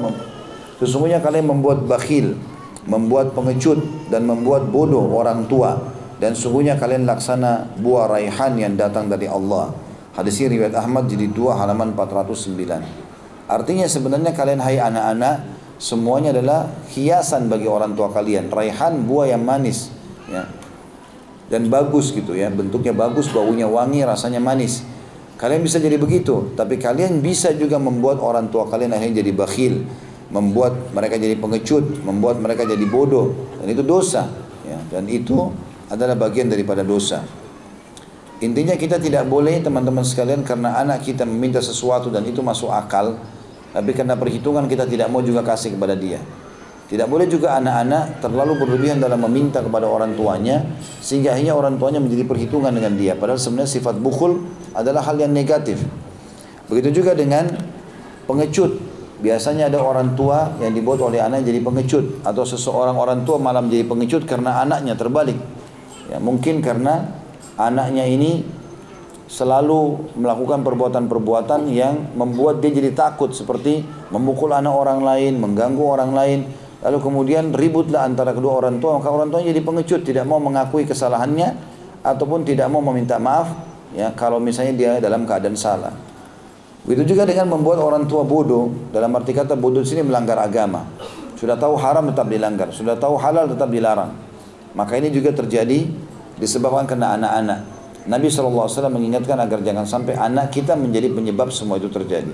membuat bakhil, membuat pengecut dan membuat bodoh orang tua, dan sungguhnya kalian laksana buah raihan yang datang dari Allah. Hadis ini riwayat Ahmad jilid 2 halaman 409. Artinya sebenarnya kalian hai anak-anak, semuanya adalah hiasan bagi orang tua kalian. Raihan, buah yang manis, ya. Dan bagus gitu ya, bentuknya bagus, baunya wangi, rasanya manis. Kalian bisa jadi begitu, tapi kalian bisa juga membuat orang tua kalian akhirnya jadi bakhil, membuat mereka jadi pengecut, membuat mereka jadi bodoh, dan itu dosa, ya. Dan itu adalah bagian daripada dosa. Intinya kita tidak boleh, teman-teman sekalian, karena anak kita meminta sesuatu dan itu masuk akal, tapi karena perhitungan kita tidak mau juga kasih kepada dia. Tidak boleh juga anak-anak terlalu berlebihan dalam meminta kepada orang tuanya, sehingga akhirnya orang tuanya menjadi perhitungan dengan dia. Padahal sebenarnya sifat bukhul adalah hal yang negatif. Begitu juga dengan pengecut. Biasanya ada orang tua yang dibuat oleh anak jadi pengecut, atau seseorang orang tua malah menjadi pengecut karena anaknya terbalik. Ya, mungkin karena anaknya ini selalu melakukan perbuatan-perbuatan yang membuat dia jadi takut, seperti memukul anak orang lain, mengganggu orang lain, lalu kemudian ributlah antara kedua orang tua, maka orang tuanya jadi pengecut, tidak mau mengakui kesalahannya ataupun tidak mau meminta maaf, ya, kalau misalnya dia dalam keadaan salah. Begitu juga dengan membuat orang tua bodoh, dalam arti kata bodoh di sini melanggar agama. Sudah tahu haram tetap dilanggar, sudah tahu halal tetap dilarang. Maka ini juga terjadi disebabkan karena anak-anak. Nabi SAW mengingatkan agar jangan sampai anak kita menjadi penyebab semua itu terjadi.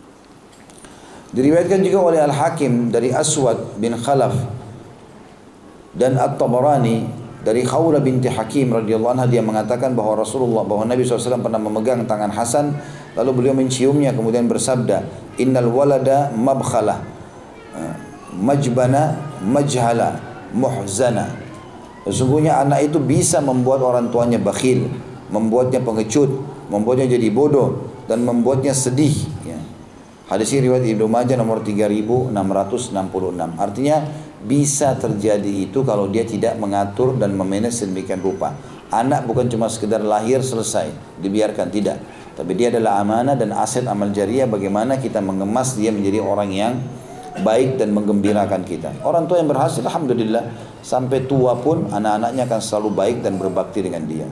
Diriwayatkan juga oleh Al-Hakim dari Aswad bin Khalaf dan At-Tabarani dari Khawla binti Hakim radhiyallahu anha, dia mengatakan bahwa Nabi SAW pernah memegang tangan Hasan, lalu beliau menciumnya kemudian bersabda, innal walada mabkhalah majbana majhala muhzana. Sesungguhnya anak itu bisa membuat orang tuanya bakhil, membuatnya pengecut, membuatnya jadi bodoh, dan membuatnya sedih, ya. Hadis ini riwayat Ibnu Majah nomor 3666. Artinya bisa terjadi itu kalau dia tidak mengatur dan memanage sedemikian rupa. Anak bukan cuma sekedar lahir selesai dibiarkan, tidak, tapi dia adalah amanah dan aset amal jariah. Bagaimana kita mengemas dia menjadi orang yang baik dan menggembirakan kita. Orang tua yang berhasil, alhamdulillah, sampai tua pun anak-anaknya akan selalu baik dan berbakti dengan dia.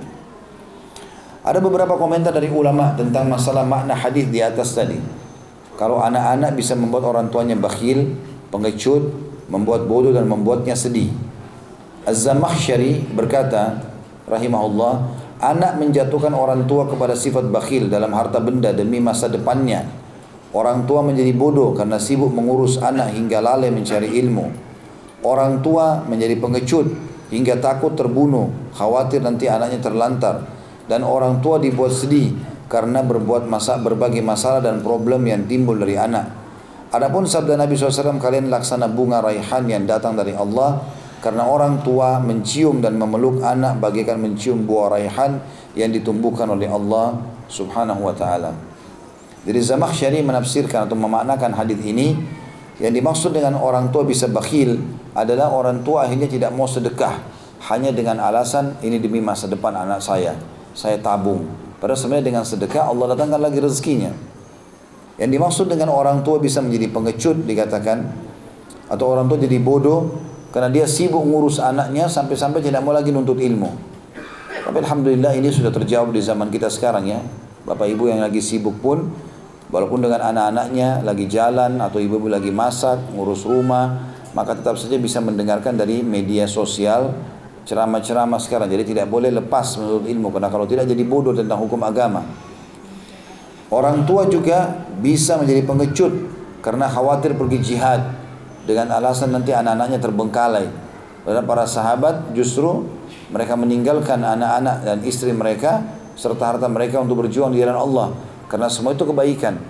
Ada beberapa komentar dari ulama tentang masalah makna hadis di atas tadi. Kalau anak-anak bisa membuat orang tuanya bakhil, pengecut, membuat bodoh dan membuatnya sedih. Az-Zamakhsyari berkata, rahimahullah, anak menjatuhkan orang tua kepada sifat bakhil dalam harta benda demi masa depannya. Orang tua menjadi bodoh karena sibuk mengurus anak hingga lalai mencari ilmu. Orang tua menjadi pengecut hingga takut terbunuh, khawatir nanti anaknya terlantar. Dan orang tua dibuat sedih karena berbagai masalah dan problem yang timbul dari anak. Adapun sabda Nabi SAW, kalian laksana bunga raihan yang datang dari Allah, karena orang tua mencium dan memeluk anak bagaikan mencium buah raihan yang ditumbuhkan oleh Allah Subhanahu wa ta'ala. Jadi Zamakhsyari menafsirkan atau memaknakan hadis ini, yang dimaksud dengan orang tua bisa bakhil adalah orang tua akhirnya tidak mau sedekah, hanya dengan alasan ini demi masa depan anak saya tabung. Padahal sebenarnya dengan sedekah Allah datangkan lagi rezekinya. Yang dimaksud dengan orang tua bisa menjadi pengecut dikatakan, atau orang tua jadi bodoh karena dia sibuk ngurus anaknya sampai-sampai tidak mau lagi nuntut ilmu. Tapi alhamdulillah ini sudah terjawab di zaman kita sekarang ya. Bapak ibu yang lagi sibuk pun, walaupun dengan anak-anaknya lagi jalan atau ibu-ibu lagi masak, ngurus rumah, maka tetap saja bisa mendengarkan dari media sosial ceramah-ceramah sekarang. Jadi tidak boleh lepas menuntut ilmu, karena kalau tidak jadi bodoh tentang hukum agama. Orang tua juga bisa menjadi pengecut karena khawatir pergi jihad dengan alasan nanti anak-anaknya terbengkalai. Padahal para sahabat justru mereka meninggalkan anak-anak dan istri mereka serta harta mereka untuk berjuang di jalan Allah, karena semua itu kebaikan.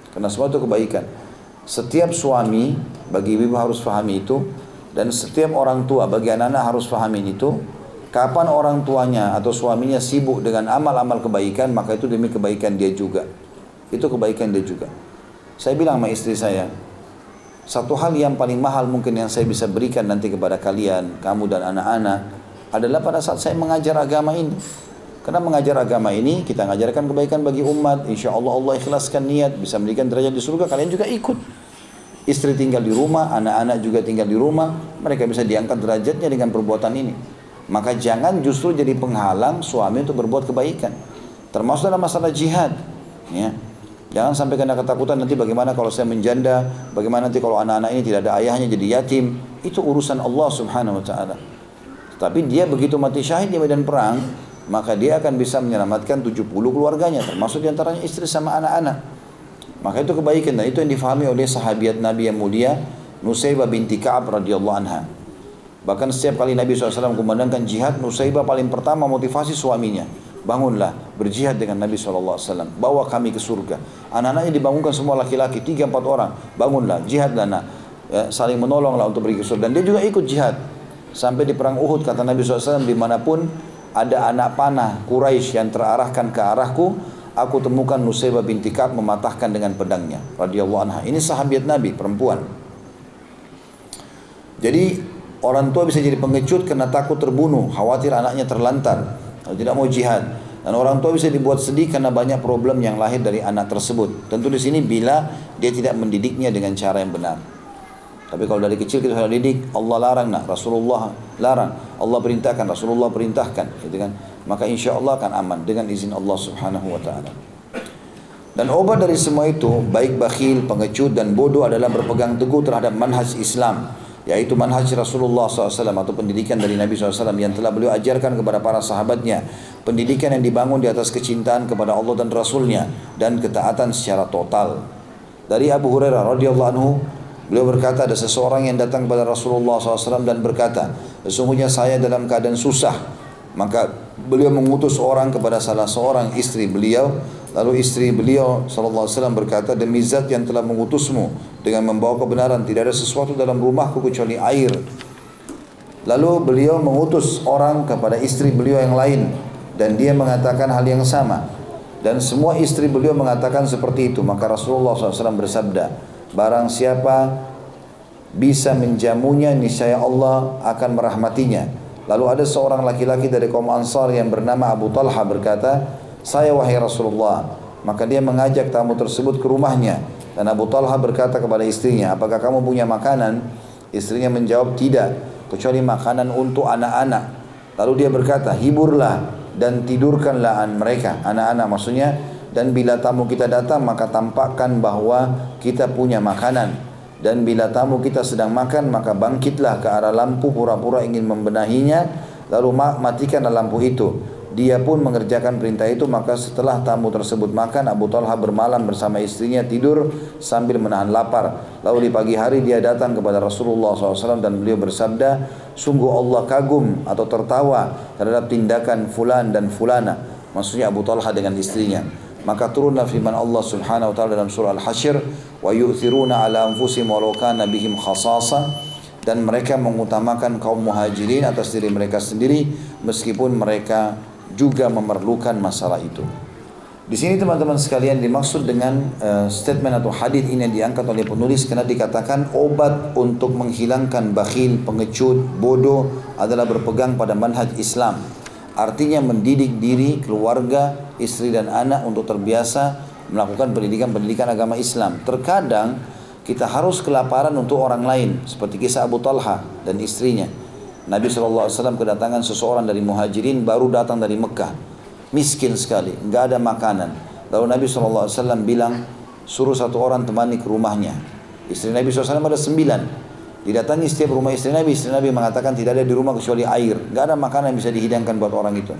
Setiap suami, bagi ibu harus pahami itu, dan setiap orang tua bagi anak-anak harus pahami itu. Kapan orang tuanya atau suaminya sibuk dengan amal-amal kebaikan, maka itu demi kebaikan dia juga. Itu kebaikan dia juga. Saya bilang sama istri saya, satu hal yang paling mahal mungkin yang saya bisa berikan nanti kepada kalian, kamu dan anak-anak, adalah pada saat saya mengajar agama ini. Karena mengajar agama ini, kita mengajarkan kebaikan bagi umat, insya Allah Allah ikhlaskan niat, bisa memberikan derajat di surga, kalian juga ikut. Istri tinggal di rumah, anak-anak juga tinggal di rumah, mereka bisa diangkat derajatnya dengan perbuatan ini. Maka jangan justru jadi penghalang suami untuk berbuat kebaikan. Termasuk dalam masalah jihad. Ya. Jangan sampai kena ketakutan nanti bagaimana kalau saya menjanda, bagaimana nanti kalau anak-anak ini tidak ada ayahnya jadi yatim. Itu urusan Allah subhanahu wa ta'ala. Tapi dia begitu mati syahid di medan perang, maka dia akan bisa menyelamatkan 70 keluarganya, termasuk diantaranya istri sama anak-anak. Maka itu kebaikan, dan itu yang difahami oleh sahabiat Nabi yang mulia Nusaybah binti Ka'ab radhiyallahu anha. Bahkan setiap kali Nabi SAW kumandangkan jihad, Nusaybah paling pertama motivasi suaminya, bangunlah berjihad dengan Nabi SAW, bawa kami ke surga. Anak-anaknya dibangunkan semua laki-laki, 3-4 orang, bangunlah, jihadlah, ya, saling menolonglah untuk pergi ke surga. Dan dia juga ikut jihad. Sampai di perang Uhud kata Nabi SAW, dimanapun ada anak panah Quraisy yang terarahkan ke arahku, aku temukan Nusaybah binti Ka'ab mematahkan dengan pedangnya radhiyallahu anha. Ini sahabat Nabi, perempuan. Jadi orang tua bisa jadi pengecut karena takut terbunuh, khawatir anaknya terlantar, atau tidak mau jihad. Dan orang tua bisa dibuat sedih karena banyak problem yang lahir dari anak tersebut. Tentu di sini bila dia tidak mendidiknya dengan cara yang benar. Tapi kalau dari kecil kita sudah didik, Allah larang, Rasulullah larang, Allah perintahkan, Rasulullah perintahkan, gitu kan? Maka insya Allah akan aman dengan izin Allah subhanahu wa ta'ala. Dan obat dari semua itu, baik bakhil, pengecut dan bodoh, adalah berpegang teguh terhadap manhaj Islam, yaitu manhaj Rasulullah SAW atau pendidikan dari Nabi SAW yang telah beliau ajarkan kepada para sahabatnya. Pendidikan yang dibangun di atas kecintaan kepada Allah dan Rasulnya dan ketaatan secara total. Dari Abu Hurairah radhiyallahu anhu, beliau berkata, ada seseorang yang datang kepada Rasulullah SAW dan berkata, sesungguhnya saya dalam keadaan susah. Maka beliau mengutus orang kepada salah seorang istri beliau. Lalu istri beliau SAW berkata, demi zat yang telah mengutusmu dengan membawa kebenaran, tidak ada sesuatu dalam rumahku kecuali air. Lalu beliau mengutus orang kepada istri beliau yang lain, dan dia mengatakan hal yang sama. Dan semua istri beliau mengatakan seperti itu. Maka Rasulullah SAW bersabda, barang siapa bisa menjamunya, niscaya Allah akan merahmatinya. Lalu ada seorang laki-laki dari kaum Ansar yang bernama Abu Talha berkata, saya wahai Rasulullah. Maka dia mengajak tamu tersebut ke rumahnya. Dan Abu Talha berkata kepada istrinya, apakah kamu punya makanan? Istrinya menjawab, tidak, kecuali makanan untuk anak-anak. Lalu dia berkata, hiburlah dan tidurkanlah mereka, anak-anak maksudnya. Dan bila tamu kita datang, maka tampakkan bahwa kita punya makanan. Dan bila tamu kita sedang makan, maka bangkitlah ke arah lampu pura-pura ingin membenahinya, lalu matikanlah lampu itu. Dia pun mengerjakan perintah itu. Maka setelah tamu tersebut makan, Abu Talha bermalam bersama istrinya, tidur sambil menahan lapar. Lalu di pagi hari dia datang kepada Rasulullah SAW dan beliau bersabda, sungguh Allah kagum atau tertawa terhadap tindakan fulan dan fulana, maksudnya Abu Talha dengan istrinya. Maka turunlah firman Allah subhanahu wa ta'ala dalam surah Al-Hasyr, wa yu'thiruna ala anfusihim walau kana bihim khasasa, dan mereka mengutamakan kaum muhajirin atas diri mereka sendiri meskipun mereka juga memerlukan masalah itu. Di sini teman-teman sekalian dimaksud dengan statement atau hadis ini yang diangkat oleh penulis karena dikatakan obat untuk menghilangkan bakhil, pengecut, bodoh adalah berpegang pada manhaj Islam. Artinya mendidik diri, keluarga, istri dan anak untuk terbiasa melakukan pendidikan agama Islam. Terkadang kita harus kelaparan untuk orang lain, seperti kisah Abu Talha dan istrinya. Nabi SAW kedatangan seseorang dari Muhajirin baru datang dari Mekah. Miskin sekali, enggak ada makanan. Lalu Nabi SAW bilang, suruh satu orang temani ke rumahnya. Istri Nabi SAW ada 9. Didatangi setiap rumah istri Nabi mengatakan tidak ada di rumah kecuali air. Enggak ada makanan yang bisa dihidangkan buat orang itu.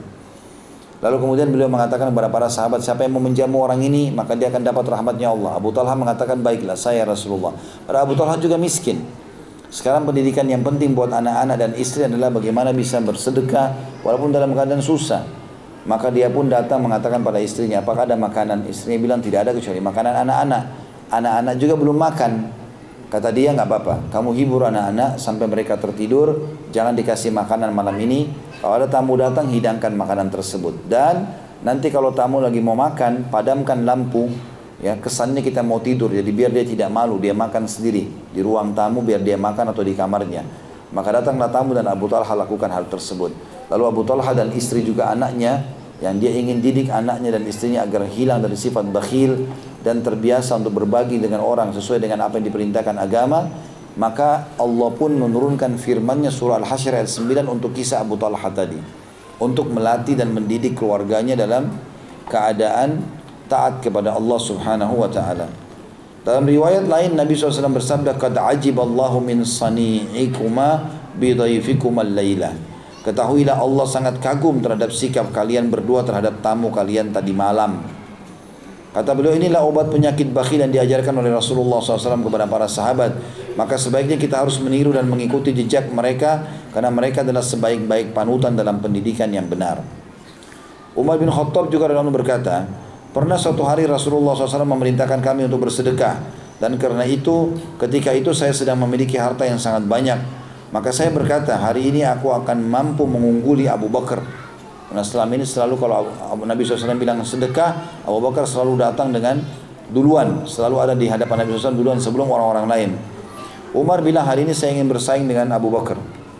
Lalu kemudian beliau mengatakan kepada para sahabat, siapa yang mau menjamu orang ini, maka dia akan dapat rahmatnya Allah. Abu Talha mengatakan, baiklah saya Rasulullah. Padahal Abu Talha juga miskin. Sekarang pendidikan yang penting buat anak-anak dan istri adalah bagaimana bisa bersedekah walaupun dalam keadaan susah. Maka dia pun datang mengatakan pada istrinya, apakah ada makanan? Istrinya bilang tidak ada kecuali makanan anak-anak. Anak-anak juga belum makan. Kata dia, nggak apa-apa, kamu hibur anak-anak sampai mereka tertidur, jangan dikasih makanan malam ini. Kalau ada tamu datang, hidangkan makanan tersebut. Dan nanti kalau tamu lagi mau makan, padamkan lampu. Ya, kesannya kita mau tidur, jadi biar dia tidak malu, dia makan sendiri di ruang tamu, biar dia makan atau di kamarnya. Maka datanglah tamu dan Abu Talha lakukan hal tersebut. Lalu Abu Talha dan istri juga anaknya, yang dia ingin didik anaknya dan istrinya agar hilang dari sifat bakhil dan terbiasa untuk berbagi dengan orang sesuai dengan apa yang diperintahkan agama. Maka Allah pun menurunkan firman-Nya surah Al-Hasyr ayat 9 untuk kisah Abu Talha tadi, untuk melatih dan mendidik keluarganya dalam keadaan taat kepada Allah Subhanahu wa taala. Dalam riwayat lain Nabi SAW bersabda, qad ajiballahu min sani'ikuma bidhaifikuma al-lailah. Ketahuilah Allah sangat kagum terhadap sikap kalian berdua terhadap tamu kalian tadi malam. Kata beliau, inilah obat penyakit bakhil yang diajarkan oleh Rasulullah SAW kepada para sahabat. Maka sebaiknya kita harus meniru dan mengikuti jejak mereka, karena mereka adalah sebaik-baik panutan dalam pendidikan yang benar. Umar bin Khattab juga berkata, pernah suatu hari Rasulullah SAW memerintahkan kami untuk bersedekah. Dan karena itu, ketika itu saya sedang memiliki harta yang sangat banyak. Maka saya berkata, hari ini aku akan mampu mengungguli Abu Bakar. Karena selama ini selalu kalau Nabi SAW bilang sedekah, Abu Bakar selalu datang dengan duluan. Selalu ada di hadapan Nabi SAW duluan sebelum orang-orang lain. Umar bilang, hari ini saya ingin bersaing dengan Abu Bakar.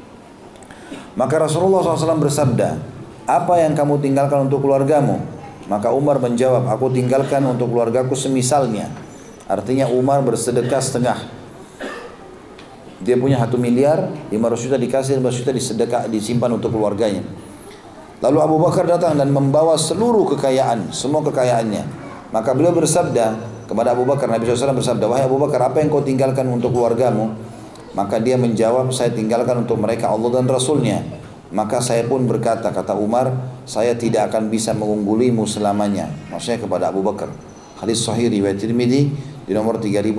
Maka Rasulullah SAW bersabda, apa yang kamu tinggalkan untuk keluargamu? Maka Umar menjawab, aku tinggalkan untuk keluargaku semisalnya. Artinya Umar bersedekah setengah. Dia punya 1 miliar, 500 juta dikasih, 500 juta disedekah, disimpan untuk keluarganya. Lalu Abu Bakar datang dan membawa seluruh kekayaan, semua kekayaannya. Maka beliau bersabda kepada Abu Bakar, Nabi SAW bersabda, wahai Abu Bakar, apa yang kau tinggalkan untuk keluargamu? Maka dia menjawab, saya tinggalkan untuk mereka Allah dan Rasulnya. Maka saya pun berkata, kata Umar, saya tidak akan bisa mengunggulimu selamanya. Maksudnya kepada Abu Bakar. Hadis Sahih riwayat Tirmidzi di nomor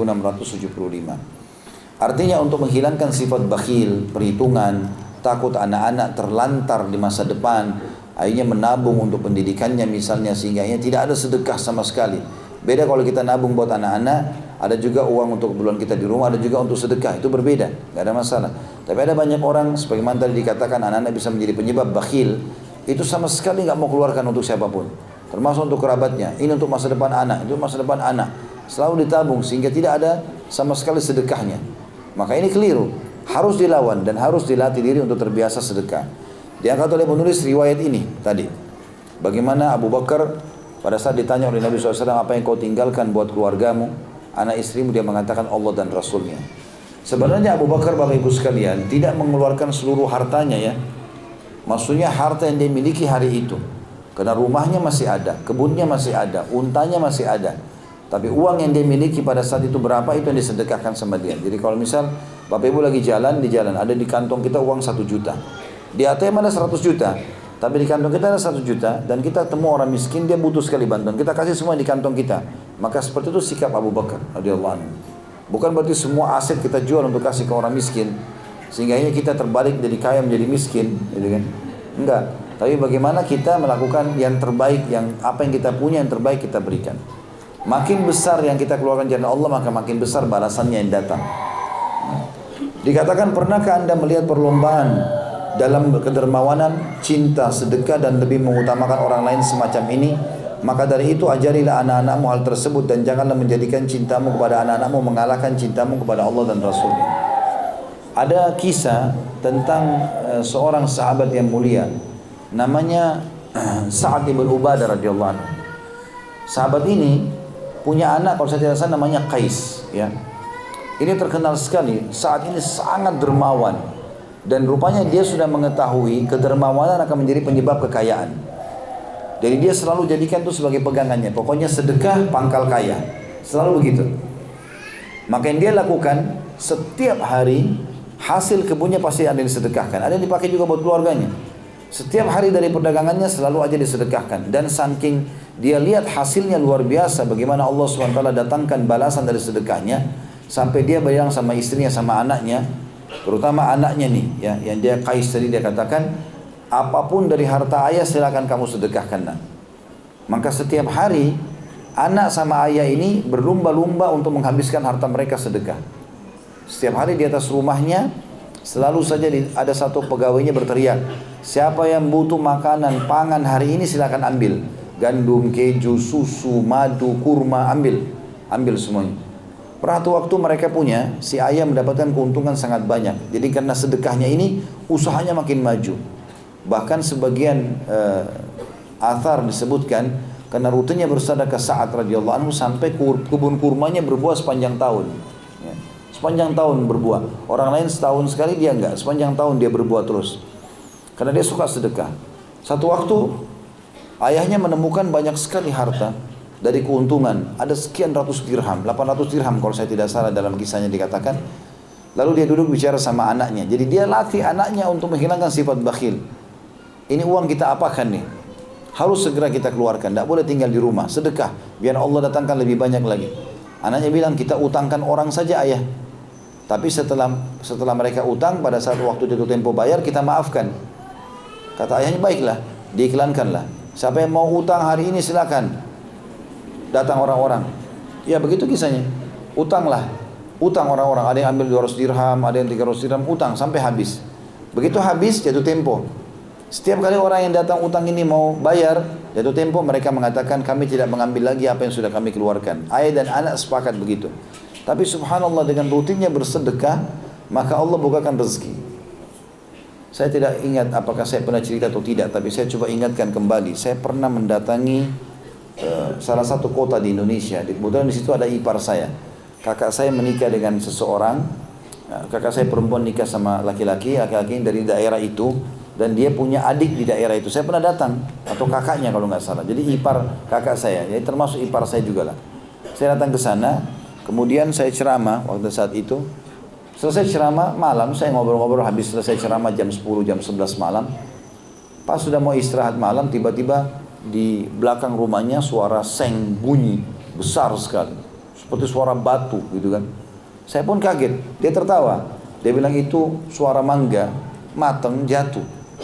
3675. Artinya untuk menghilangkan sifat bakhil, perhitungan, takut anak-anak terlantar di masa depan, akhirnya menabung untuk pendidikannya misalnya, sehingga tidak ada sedekah sama sekali. Beda kalau kita nabung buat anak-anak, ada juga uang untuk keperluan kita di rumah, ada juga untuk sedekah, itu berbeda, nggak ada masalah. Tapi ada banyak orang, sebagaimana tadi dikatakan anak-anak bisa menjadi penyebab bakhil, itu sama sekali nggak mau keluarkan untuk siapapun, termasuk untuk kerabatnya. Ini untuk masa depan anak, itu masa depan anak, selalu ditabung sehingga tidak ada sama sekali sedekahnya. Maka ini keliru, harus dilawan dan harus dilatih diri untuk terbiasa sedekah. Diangkat oleh penulis riwayat ini tadi, bagaimana Abu Bakar pada saat ditanya oleh Nabi SAW, apa yang kau tinggalkan buat keluargamu, anak istrimu, dia mengatakan Allah dan Rasulnya. Sebenarnya Abu Bakar, Bapak Ibu sekalian, tidak mengeluarkan seluruh hartanya ya. Maksudnya harta yang dia miliki hari itu, karena rumahnya masih ada, kebunnya masih ada, untanya masih ada. Tapi uang yang dia miliki pada saat itu berapa, itu yang disedekahkan sama dia. Jadi kalau misal Bapak Ibu lagi jalan, di jalan ada di kantong kita uang 1 juta, di ATM ada 100 juta, tapi di kantong kita ada 1 juta, dan kita temu orang miskin, dia butuh sekali bantuan, kita kasih semua di kantong kita. Maka seperti itu sikap Abu Bakar radhiyallahu anhu. Bukan berarti semua aset kita jual untuk kasih ke orang miskin, sehingga ini kita terbalik dari kaya menjadi miskin, gitu kan? Enggak. Tapi bagaimana kita melakukan yang terbaik, yang apa yang kita punya yang terbaik kita berikan. Makin besar yang kita keluarkan jalan Allah, maka makin besar balasannya yang datang. Dikatakan, pernahkah Anda melihat perlombaan dalam kedermawanan, cinta, sedekah dan lebih mengutamakan orang lain semacam ini? Maka dari itu ajarilah anak-anakmu hal tersebut dan janganlah menjadikan cintamu kepada anak-anakmu mengalahkan cintamu kepada Allah dan Rasulnya. Ada kisah tentang seorang sahabat yang mulia, namanya Sa'ad ibn Ubadah radhiyallahu anhu. Sahabat ini punya anak, kalau saya tidak salah namanya Qais, ya. Ini terkenal sekali. Sa'ad ini sangat dermawan dan rupanya dia sudah mengetahui kedermawanan akan menjadi penyebab kekayaan. Jadi dia selalu jadikan itu sebagai pegangannya. Pokoknya sedekah pangkal kaya, selalu begitu. Maka yang dia lakukan setiap hari hasil kebunnya pasti ada yang disedekahkan, ada yang dipakai juga buat keluarganya. Setiap hari dari perdagangannya selalu aja disedekahkan. Dan saking dia lihat hasilnya luar biasa, bagaimana Allah SWT datangkan balasan dari sedekahnya, sampai dia bilang sama istrinya, sama anaknya, terutama anaknya nih, ya, yang dia Qais tadi, dia katakan, apapun dari harta ayah silakan kamu sedekahkan, nak. Maka setiap hari anak sama ayah ini berlumba-lumba untuk menghabiskan harta mereka sedekah. Setiap hari di atas rumahnya selalu saja ada satu pegawainya berteriak, siapa yang butuh makanan, pangan hari ini silakan ambil. Gandum, keju, susu, madu, kurma, ambil semuanya. Perhatu waktu mereka punya, si ayah mendapatkan keuntungan sangat banyak. Jadi karena sedekahnya ini, usahanya makin maju. Bahkan sebagian athar disebutkan, karena rutinnya bersedekah Sa'ad radhiyallahu anhu sampai kebun kurmanya berbuah sepanjang tahun. Ya. Sepanjang tahun berbuah. Orang lain setahun sekali, dia enggak. Sepanjang tahun dia berbuah terus. Karena dia suka sedekah. Satu waktu ayahnya menemukan banyak sekali harta dari keuntungan. Ada sekian ratus dirham, 800 dirham kalau saya tidak salah dalam kisahnya dikatakan. Lalu dia duduk bicara sama anaknya. Jadi dia latih anaknya untuk menghilangkan sifat bakhil. Ini uang kita apakan nih? Harus segera kita keluarkan, tidak boleh tinggal di rumah. Sedekah, biar Allah datangkan lebih banyak lagi. Anaknya bilang, kita utangkan orang saja ayah. Tapi setelah mereka utang, pada saat waktu jatuh tempo bayar, kita maafkan. Kata ayahnya, baiklah, diiklankanlah. Siapa yang mau utang hari ini silakan. Datang orang-orang. Ya begitu kisahnya. Utanglah. Utang orang-orang. Ada yang ambil 200 dirham, ada yang 300 dirham, utang sampai habis. Begitu habis, jatuh tempo. Setiap kali orang yang datang utang ini mau bayar, jatuh tempo mereka mengatakan kami tidak mengambil lagi apa yang sudah kami keluarkan. Ayah dan anak sepakat begitu. Tapi subhanallah dengan rutinnya bersedekah, maka Allah bukakan rezeki. Saya tidak ingat apakah saya pernah cerita atau tidak, tapi saya coba ingatkan kembali. Saya pernah mendatangi salah satu kota di Indonesia. Kebetulan di situ ada ipar saya. Kakak saya menikah dengan seseorang. Kakak saya perempuan nikah sama laki-laki dari daerah itu. Dan dia punya adik di daerah itu. Saya pernah datang, atau kakaknya kalau nggak salah. Jadi ipar kakak saya, jadi termasuk ipar saya juga lah. Saya datang ke sana, kemudian saya ceramah waktu saat itu. Selesai ceramah malam, saya ngobrol-ngobrol habis selesai ceramah jam 10, jam 11 malam. Pas sudah mau istirahat malam, tiba-tiba di belakang rumahnya suara seng bunyi besar sekali, seperti suara batu gitu kan. Saya pun kaget, dia tertawa. Dia bilang itu suara mangga matang jatuh.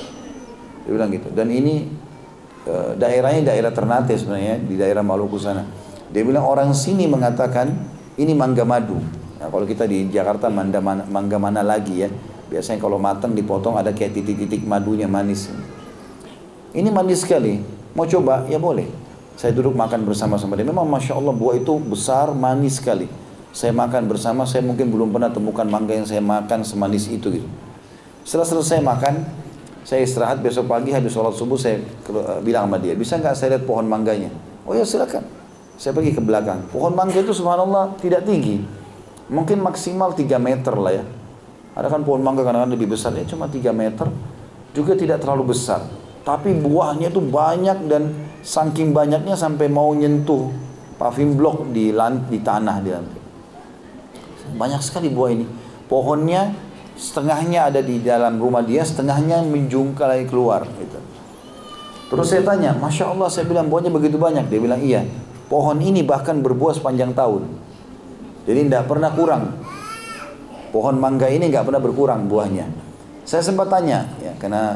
Dia bilang gitu. Dan ini daerahnya daerah Ternate sebenarnya, di daerah Maluku sana. Dia bilang orang sini mengatakan ini mangga madu. Nah, kalau kita di Jakarta mangga mana lagi ya. Biasanya kalau matang dipotong ada kayak titik-titik madunya manis. Ini manis sekali. Mau coba? Ya boleh. Saya duduk makan bersama-sama dia. Memang Masya Allah buah itu besar, manis sekali. Saya makan bersama, saya mungkin belum pernah temukan mangga yang saya makan semanis itu gitu. Setelah selesai makan, saya istirahat. Besok pagi habis sholat subuh saya bilang sama dia, bisa nggak saya lihat pohon mangganya? Oh ya silakan. Saya pergi ke belakang. Pohon mangga itu subhanallah tidak tinggi, mungkin maksimal 3 meter lah ya. Ada kan pohon mangga kadang-kadang lebih besar, ya cuma 3 meter, juga tidak terlalu besar. Tapi buahnya itu banyak dan saking banyaknya sampai mau nyentuh paving block di tanah di lantai. Banyak sekali buah ini. Pohonnya setengahnya ada di dalam rumah dia, setengahnya menjungkal keluar gitu. Terus saya tanya, Masya Allah, saya bilang buahnya begitu banyak. Dia bilang iya, pohon ini bahkan berbuah sepanjang tahun. Jadi tidak pernah kurang. Pohon mangga ini nggak pernah berkurang buahnya. Saya sempat tanya, ya, karena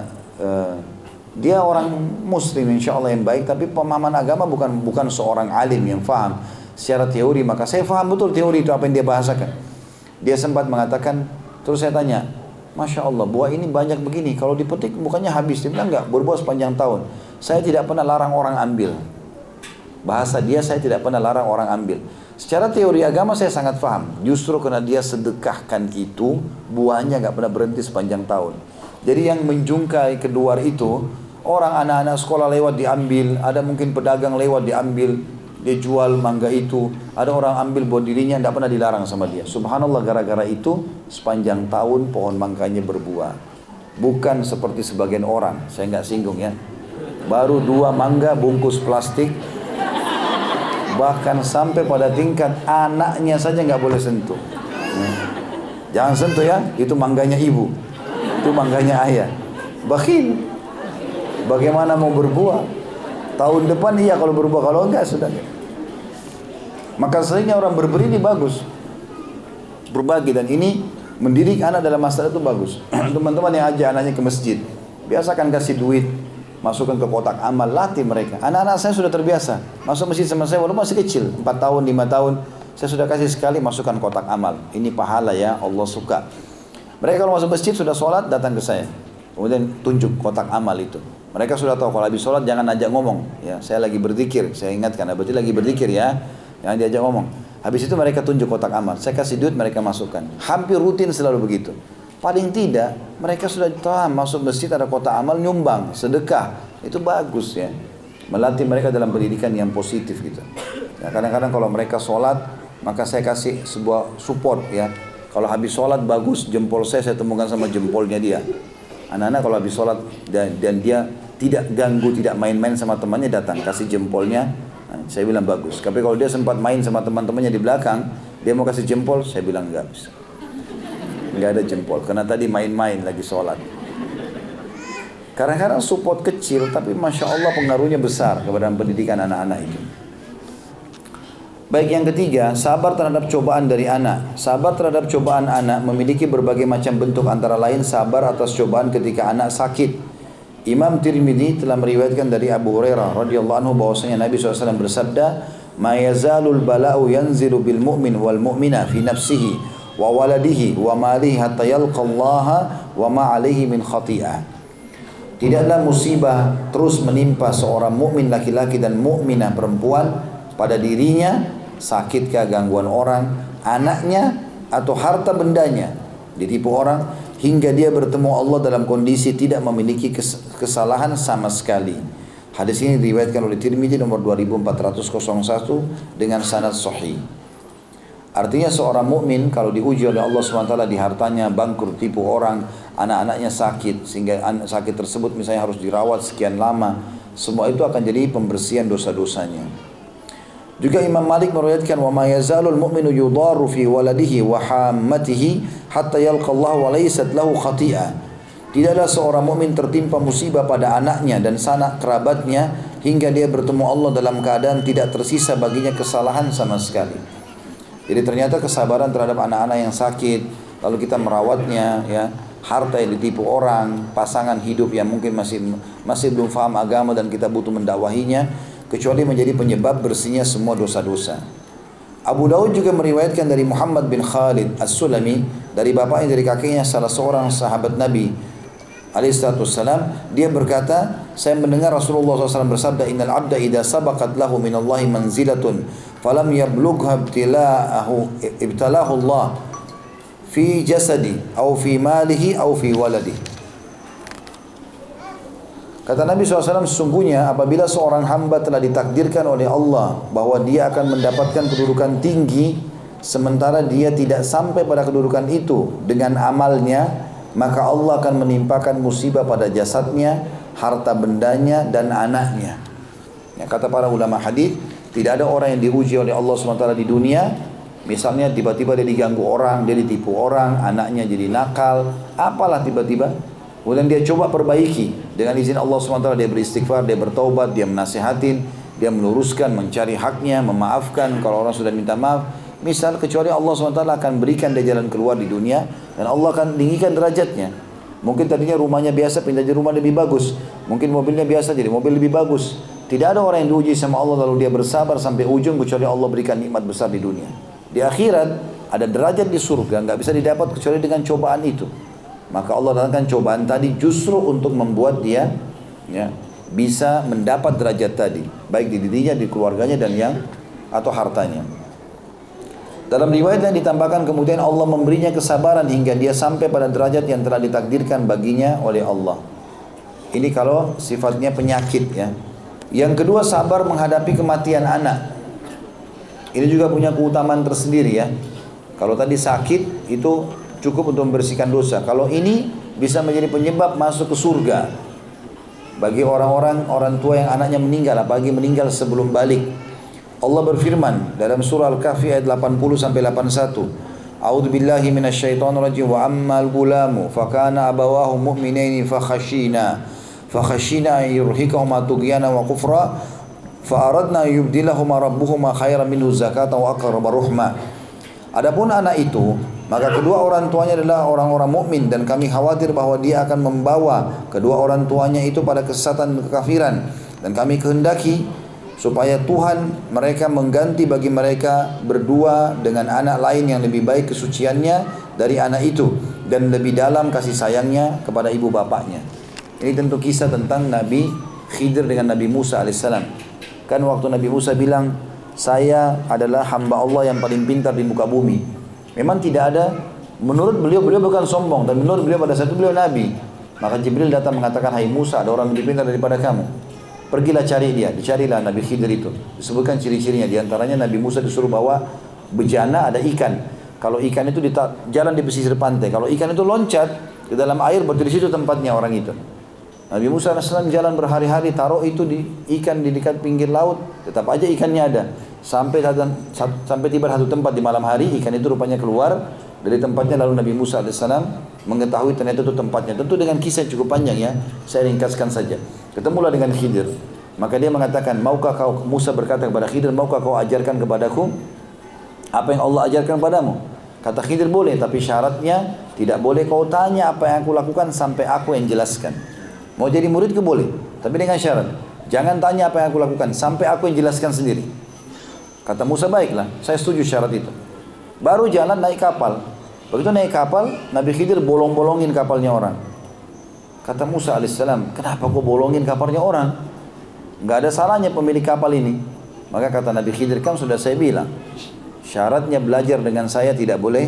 dia orang muslim insya Allah yang baik, tapi pemahaman agama bukan seorang alim yang faham secara teori. Maka saya faham betul teori itu apa yang dia bahasakan. Dia sempat mengatakan, terus saya tanya, Masya Allah buah ini banyak begini, kalau dipetik bukannya habis? Dia bilang enggak, berbuah sepanjang tahun. Saya tidak pernah larang orang ambil. Bahasa dia saya tidak pernah larang orang ambil. Secara teori agama saya sangat paham. Justru karena dia sedekahkan itu, buahnya nggak pernah berhenti sepanjang tahun. Jadi yang menjungkai keluar itu, orang anak-anak sekolah lewat diambil, ada mungkin pedagang lewat diambil, dia jual mangga itu, ada orang ambil buat dirinya, tidak pernah dilarang sama dia. Subhanallah, gara-gara itu sepanjang tahun pohon mangganya berbuah. Bukan seperti sebagian orang, saya nggak singgung ya. Baru 2 mangga bungkus plastik, bahkan sampai pada tingkat anaknya saja nggak boleh sentuh. Jangan sentuh ya, itu mangganya ibu, itu mangganya ayah. Bakhil. Bagaimana mau berbuah? Tahun depan iya kalau berbuah, kalau enggak sudah. Maka seringnya orang berberi ini bagus, berbagi, dan ini mendidik anak dalam masalah itu bagus. Teman-teman yang ajak anaknya ke masjid, biasakan kasih duit, masukkan ke kotak amal, latih mereka. Anak-anak saya sudah terbiasa masuk masjid sama saya walaupun masih kecil, 4 tahun, 5 tahun, saya sudah kasih sekali masukkan kotak amal. Ini pahala ya, Allah suka. Mereka kalau masuk masjid sudah sholat datang ke saya, kemudian tunjuk kotak amal itu. Mereka sudah tahu kalau habis sholat jangan ajak ngomong, ya saya lagi berzikir, saya ingatkan, berarti lagi berzikir ya, jangan diajak ngomong. Habis itu mereka tunjuk kotak amal, saya kasih duit mereka masukkan. Hampir rutin selalu begitu. Paling tidak mereka sudah tahu masuk masjid ada kotak amal, nyumbang, sedekah, itu bagus ya. Melatih mereka dalam pendidikan yang positif gitu. Ya, kadang-kadang kalau mereka sholat, maka saya kasih sebuah support ya. Kalau habis sholat bagus, jempol saya temukan sama jempolnya dia. Anak-anak kalau habis sholat dan dia tidak ganggu, tidak main-main sama temannya, datang kasih jempolnya. Nah, saya bilang bagus. Tapi kalau dia sempat main sama teman-temannya di belakang, dia mau kasih jempol, saya bilang enggak bisa. Enggak ada jempol, karena tadi main-main lagi sholat. Kadang-kadang support kecil, tapi Masya Allah pengaruhnya besar kepada pendidikan anak-anak itu. Baik, yang ketiga, sabar terhadap cobaan dari anak. Sabar terhadap cobaan anak memiliki berbagai macam bentuk, antara lain sabar atas cobaan ketika anak sakit. Imam Tirmidzi telah meriwayatkan dari Abu Hurairah radhiyallahu anhu bahwasanya Nabi SAW bersabda, "Ma yazalul bala'u yanzilu bil mu'min wal mu'mina fi nafsihi wa waladihi wa malihi hatta yalqallaha wa ma 'alaihi min khati'ah." Tidaklah musibah terus menimpa seorang mukmin laki-laki dan mukminah perempuan pada dirinya, sakitkah, gangguan orang, anaknya atau harta bendanya, ditipu orang, hingga dia bertemu Allah dalam kondisi tidak memiliki kesalahan sama sekali. Hadis ini diriwayatkan oleh Tirmidzi nomor 2401 dengan sanad sahih. Artinya seorang mukmin kalau diuji oleh Allah SWT di hartanya, bangkrut, tipu orang, anak-anaknya sakit, sehingga sakit tersebut misalnya harus dirawat sekian lama, semua itu akan jadi pembersihan dosa-dosanya. Juga Imam Malik meriwayatkan, wa ma yazalul mu'minu yudaru fi waladihi wa hammatihi hatta yalqa Allah wa laysat lahu khati'ah. Tidaklah seorang mukmin tertimpa musibah pada anaknya dan sanak kerabatnya hingga dia bertemu Allah dalam keadaan tidak tersisa baginya kesalahan sama sekali. Jadi ternyata kesabaran terhadap anak-anak yang sakit, lalu kita merawatnya ya, harta yang ditipu orang, pasangan hidup yang mungkin masih belum faham agama dan kita butuh mendakwahinya, kecuali menjadi penyebab bersihnya semua dosa-dosa. Abu Daud juga meriwayatkan dari Muhammad bin Khalid As-Sulami, dari bapaknya dari kakeknya salah seorang sahabat Nabi alaihissalam, dia berkata, saya mendengar Rasulullah SAW bersabda, innal abda idza sabaqat lahu minallahi manzilatun falam yablugha ibtalahu Allah fi jasadi au fi malihi au fi waladihi. Kata Nabi SAW, sesungguhnya apabila seorang hamba telah ditakdirkan oleh Allah bahwa dia akan mendapatkan kedudukan tinggi, sementara dia tidak sampai pada kedudukan itu dengan amalnya, maka Allah akan menimpakan musibah pada jasadnya, harta bendanya, dan anaknya. Ya, kata para ulama hadis, tidak ada orang yang diuji oleh Allah SWT di dunia, misalnya tiba-tiba dia diganggu orang, dia ditipu orang, anaknya jadi nakal, apalah tiba-tiba, kemudian dia coba perbaiki dengan izin Allah SWT, dia beristighfar, dia bertaubat, dia menasihatin, dia meluruskan, mencari haknya, memaafkan kalau orang sudah minta maaf. Misal, kecuali Allah SWT akan berikan dia jalan keluar di dunia dan Allah akan tinggikan derajatnya. Mungkin tadinya rumahnya biasa pindah jadi rumah lebih bagus, mungkin mobilnya biasa jadi mobil lebih bagus. Tidak ada orang yang diuji sama Allah lalu dia bersabar sampai ujung kecuali Allah berikan nikmat besar di dunia. Di akhirat ada derajat di surga, nggak bisa didapat kecuali dengan cobaan itu. Maka Allah datangkan cobaan tadi justru untuk membuat dia ya, bisa mendapat derajat tadi, baik di dirinya, di keluarganya dan yang atau hartanya. Dalam riwayat yang ditambahkan kemudian Allah memberinya kesabaran hingga dia sampai pada derajat yang telah ditakdirkan baginya oleh Allah. Ini kalau sifatnya penyakit ya. Yang kedua, sabar menghadapi kematian anak. Ini juga punya keutamaan tersendiri ya. Kalau tadi sakit itu cukup untuk membersihkan dosa. Kalau ini bisa menjadi penyebab masuk ke surga. Bagi orang tua yang anaknya meninggal, apalagi meninggal sebelum balik. Allah berfirman dalam surah Al-Kahfi ayat 80 sampai 81. A'udzu billahi minasyaitonir rajim wa ammal gulamu fakana abawahu mu'minaini fakhashina yurhikahuma tughyana wa kufra fa'aradna yubdilahuma rabbuhuma khairan minhu zakatan wa aqrab ruhma. Adapun anak itu, maka kedua orang tuanya adalah orang-orang mukmin dan kami khawatir bahwa dia akan membawa kedua orang tuanya itu pada kesesatan dan kekafiran, dan kami kehendaki supaya Tuhan mereka mengganti bagi mereka berdua dengan anak lain yang lebih baik kesuciannya dari anak itu dan lebih dalam kasih sayangnya kepada ibu bapaknya. Ini tentu kisah tentang Nabi Khidir dengan Nabi Musa alaihissalam. Kan waktu Nabi Musa bilang, saya adalah hamba Allah yang paling pintar di muka bumi. Memang tidak ada, menurut beliau bukan sombong, dan menurut beliau pada saat itu beliau Nabi. Maka Jibril datang mengatakan, hai Musa, ada orang lebih pintar daripada kamu. Pergilah cari dia, dicarilah Nabi Khidir itu. Disebutkan ciri-cirinya, diantaranya Nabi Musa disuruh bawa bejana ada ikan. Kalau ikan itu jalan di pesisir pantai, kalau ikan itu loncat ke dalam air, berarti di situ tempatnya orang itu. Nabi Musa AS jalan berhari-hari, taruh itu di ikan di dekat pinggir laut, tetap aja ikannya ada. Sampai tiba satu tempat di malam hari, ikan itu rupanya keluar dari tempatnya, lalu Nabi Musa AS mengetahui ternyata itu tempatnya. Tentu dengan kisah cukup panjang ya, saya ringkaskan saja. Ketemulah dengan Khidir, maka dia mengatakan, maukah kau, Musa berkata kepada Khidir, maukah kau ajarkan kepadaku apa yang Allah ajarkan padamu? Kata Khidir, boleh, tapi syaratnya tidak boleh kau tanya apa yang aku lakukan sampai aku yang jelaskan. Mau jadi muridku boleh, tapi dengan syarat, jangan tanya apa yang aku lakukan sampai aku yang jelaskan sendiri. Kata Musa, baiklah, saya setuju syarat itu. Baru jalan naik kapal. Begitu naik kapal, Nabi Khidir bolong-bolongin kapalnya orang. Kata Musa alaihissalam, kenapa kau bolongin kapalnya orang? Enggak ada salahnya pemilik kapal ini. Maka kata Nabi Khidir, kan sudah saya bilang, syaratnya belajar dengan saya tidak boleh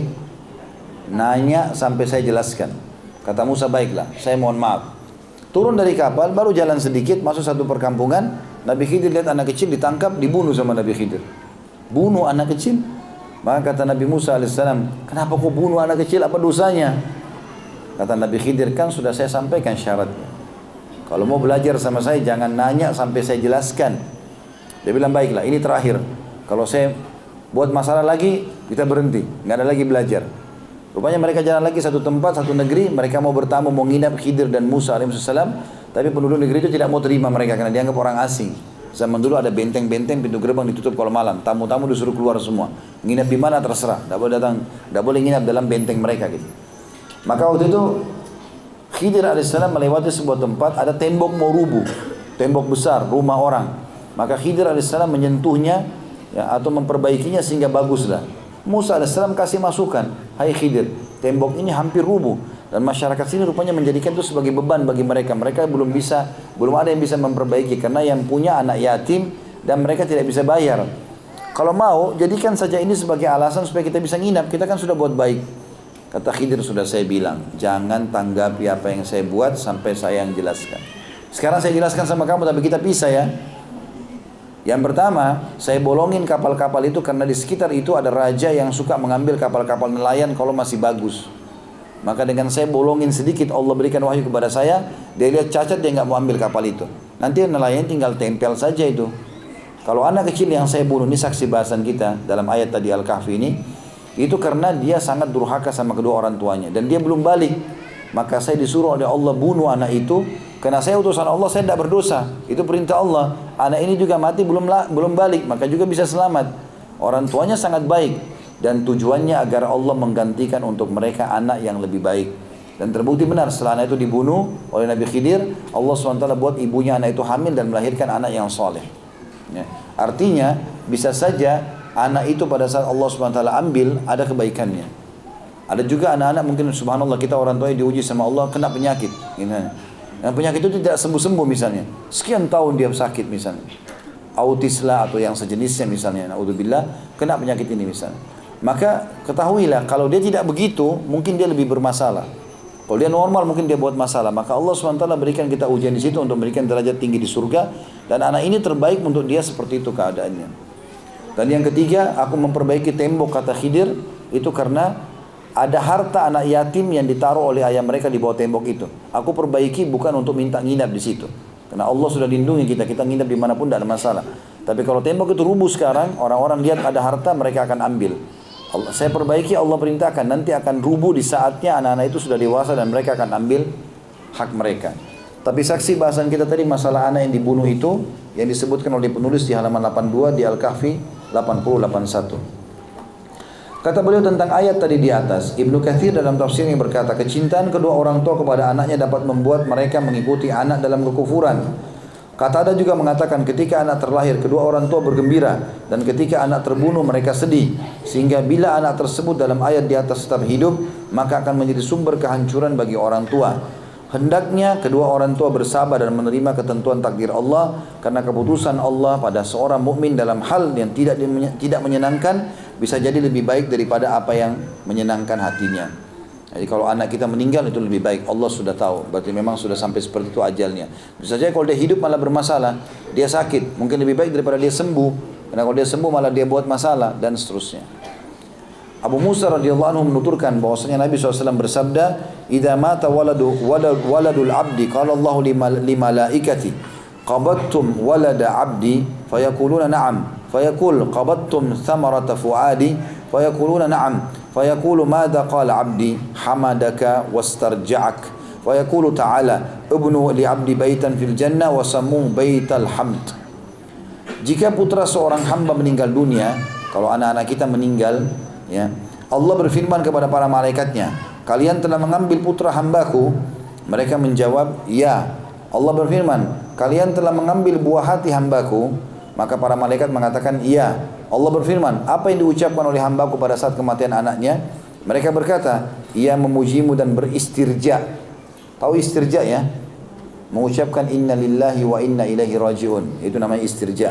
nanya sampai saya jelaskan. Kata Musa, baiklah, saya mohon maaf. Turun dari kapal, baru jalan sedikit, masuk satu perkampungan. Nabi Khidir lihat anak kecil ditangkap, dibunuh sama Nabi Khidir. Bunuh anak kecil. Maka kata Nabi Musa alaihissalam, kenapa kau bunuh anak kecil, apa dosanya? Kata Nabi Khidir, kan sudah saya sampaikan syaratnya. Kalau mau belajar sama saya, jangan nanya sampai saya jelaskan. Dia bilang, baiklah, ini terakhir. Kalau saya buat masalah lagi, kita berhenti, nggak ada lagi belajar. Rupanya mereka jalan lagi satu tempat, satu negeri, mereka mau bertamu, mau nginap Khidir dan Musa alaihissalam, tapi penduduk negeri itu tidak mau terima mereka karena dianggap orang asing. Zaman dulu ada benteng-benteng, pintu gerbang ditutup kalau malam, tamu-tamu disuruh keluar semua. Nginap di mana terserah, tidak boleh datang, tidak boleh nginap dalam benteng mereka gitu. Maka waktu itu Khidir alaihissalam melewati sebuah tempat, ada tembok mau rubuh, tembok besar, rumah orang. Maka Khidir alaihissalam menyentuhnya ya, atau memperbaikinya sehingga baguslah. Musa alaihissalam kasih masukan, hai Khidir, tembok ini hampir rubuh dan masyarakat sini rupanya menjadikan itu sebagai beban bagi mereka. Mereka belum ada yang bisa memperbaiki karena yang punya anak yatim dan mereka tidak bisa bayar. Kalau mau, jadikan saja ini sebagai alasan supaya kita bisa nginap. Kita kan sudah buat baik. Kata Khidir, sudah saya bilang, jangan tanggapi apa yang saya buat sampai saya yang jelaskan. Sekarang saya jelaskan sama kamu, tapi kita pisah ya. Yang pertama, saya bolongin kapal-kapal itu karena di sekitar itu ada raja yang suka mengambil kapal-kapal nelayan kalau masih bagus. Maka dengan saya bolongin sedikit, Allah berikan wahyu kepada saya, dia lihat cacat, dia nggak mau ambil kapal itu. Nanti nelayan tinggal tempel saja itu. Kalau anak kecil yang saya bunuh, ini saksi bahasan kita dalam ayat tadi Al-Kahfi ini, itu karena dia sangat durhaka sama kedua orang tuanya dan dia belum balik. Maka saya disuruh oleh Allah bunuh anak itu karena saya utusan Allah, saya tidak berdosa. Itu perintah Allah. Anak ini juga mati belum balik, maka juga bisa selamat. Orang tuanya sangat baik dan tujuannya agar Allah menggantikan untuk mereka anak yang lebih baik. Dan terbukti benar setelah anak itu dibunuh oleh Nabi Khidir, Allah SWT buat ibunya anak itu hamil dan melahirkan anak yang soleh. Ya. Artinya bisa saja anak itu pada saat Allah SWT ambil ada kebaikannya. Ada juga anak-anak mungkin subhanallah kita orang tua diuji sama Allah kena penyakit. Dan penyakit itu tidak sembuh-sembuh misalnya. Sekian tahun dia sakit misalnya. Autis lah atau yang sejenisnya misalnya. Naudzubillah, kena penyakit ini misalnya. Maka ketahuilah kalau dia tidak begitu, mungkin dia lebih bermasalah. Kalau dia normal mungkin dia buat masalah. Maka Allah SWT berikan kita ujian di situ untuk memberikan derajat tinggi di surga. Dan anak ini terbaik untuk dia seperti itu keadaannya. Dan yang ketiga, aku memperbaiki tembok kata Khidir itu karena ada harta anak yatim yang ditaruh oleh ayah mereka di bawah tembok itu. Aku perbaiki bukan untuk minta nginap di situ. Karena Allah sudah lindungi kita, kita nginap dimanapun tidak ada masalah. Tapi kalau tembok itu rubuh sekarang, orang-orang lihat ada harta, mereka akan ambil. Saya perbaiki, Allah perintahkan, nanti akan rubuh di saatnya anak-anak itu sudah dewasa dan mereka akan ambil hak mereka. Tapi saksi bahasan kita tadi masalah anak yang dibunuh itu, yang disebutkan oleh penulis di halaman 82 di Al-Kahfi 80-81. Kata beliau tentang ayat tadi di atas, Ibnu Katsir dalam tafsirnya berkata, kecintaan kedua orang tua kepada anaknya dapat membuat mereka mengikuti anak dalam kekufuran. Qatada juga mengatakan ketika anak terlahir kedua orang tua bergembira dan ketika anak terbunuh mereka sedih, sehingga bila anak tersebut dalam ayat di atas tetap hidup maka akan menjadi sumber kehancuran bagi orang tua. Hendaknya kedua orang tua bersabar dan menerima ketentuan takdir Allah karena keputusan Allah pada seorang mukmin dalam hal yang tidak menyenangkan bisa jadi lebih baik daripada apa yang menyenangkan hatinya. Jadi kalau anak kita meninggal itu lebih baik, Allah sudah tahu, berarti memang sudah sampai seperti itu ajalnya. Bisa saja kalau dia hidup malah bermasalah, dia sakit, mungkin lebih baik daripada dia sembuh. Karena kalau dia sembuh malah dia buat masalah dan seterusnya. Abu Musa radhiyallahu anhu menuturkan bahwasanya Nabi SAW bersabda, "Idza mata waladul abdi, qala Allahu limalaikati, qabattum walada abdi?" Fayaquluna na'am. Fayaqul qabattum thamarata fuadi? Fayaquluna na'am. Fayaqulu madza qala abdi? Hamadaka wastarja'ak. Fayaqulu ta'ala ibnu li abdi baitan fil jannah wa sammuhu baital hamd. Jika putra seorang hamba meninggal dunia, kalau anak-anak kita meninggal, ya, Allah berfirman kepada para malaikatnya, kalian telah mengambil putra hambaku? Mereka menjawab, ya. Allah berfirman, kalian telah mengambil buah hati hambaku? Maka para malaikat mengatakan, iya. Allah berfirman, apa yang diucapkan oleh hambaku pada saat kematian anaknya? Mereka berkata, ia memujimu dan beristirja. Tahu istirja ya? Mengucapkan inna lillahi wa inna ilaihi raji'un. Itu namanya istirja.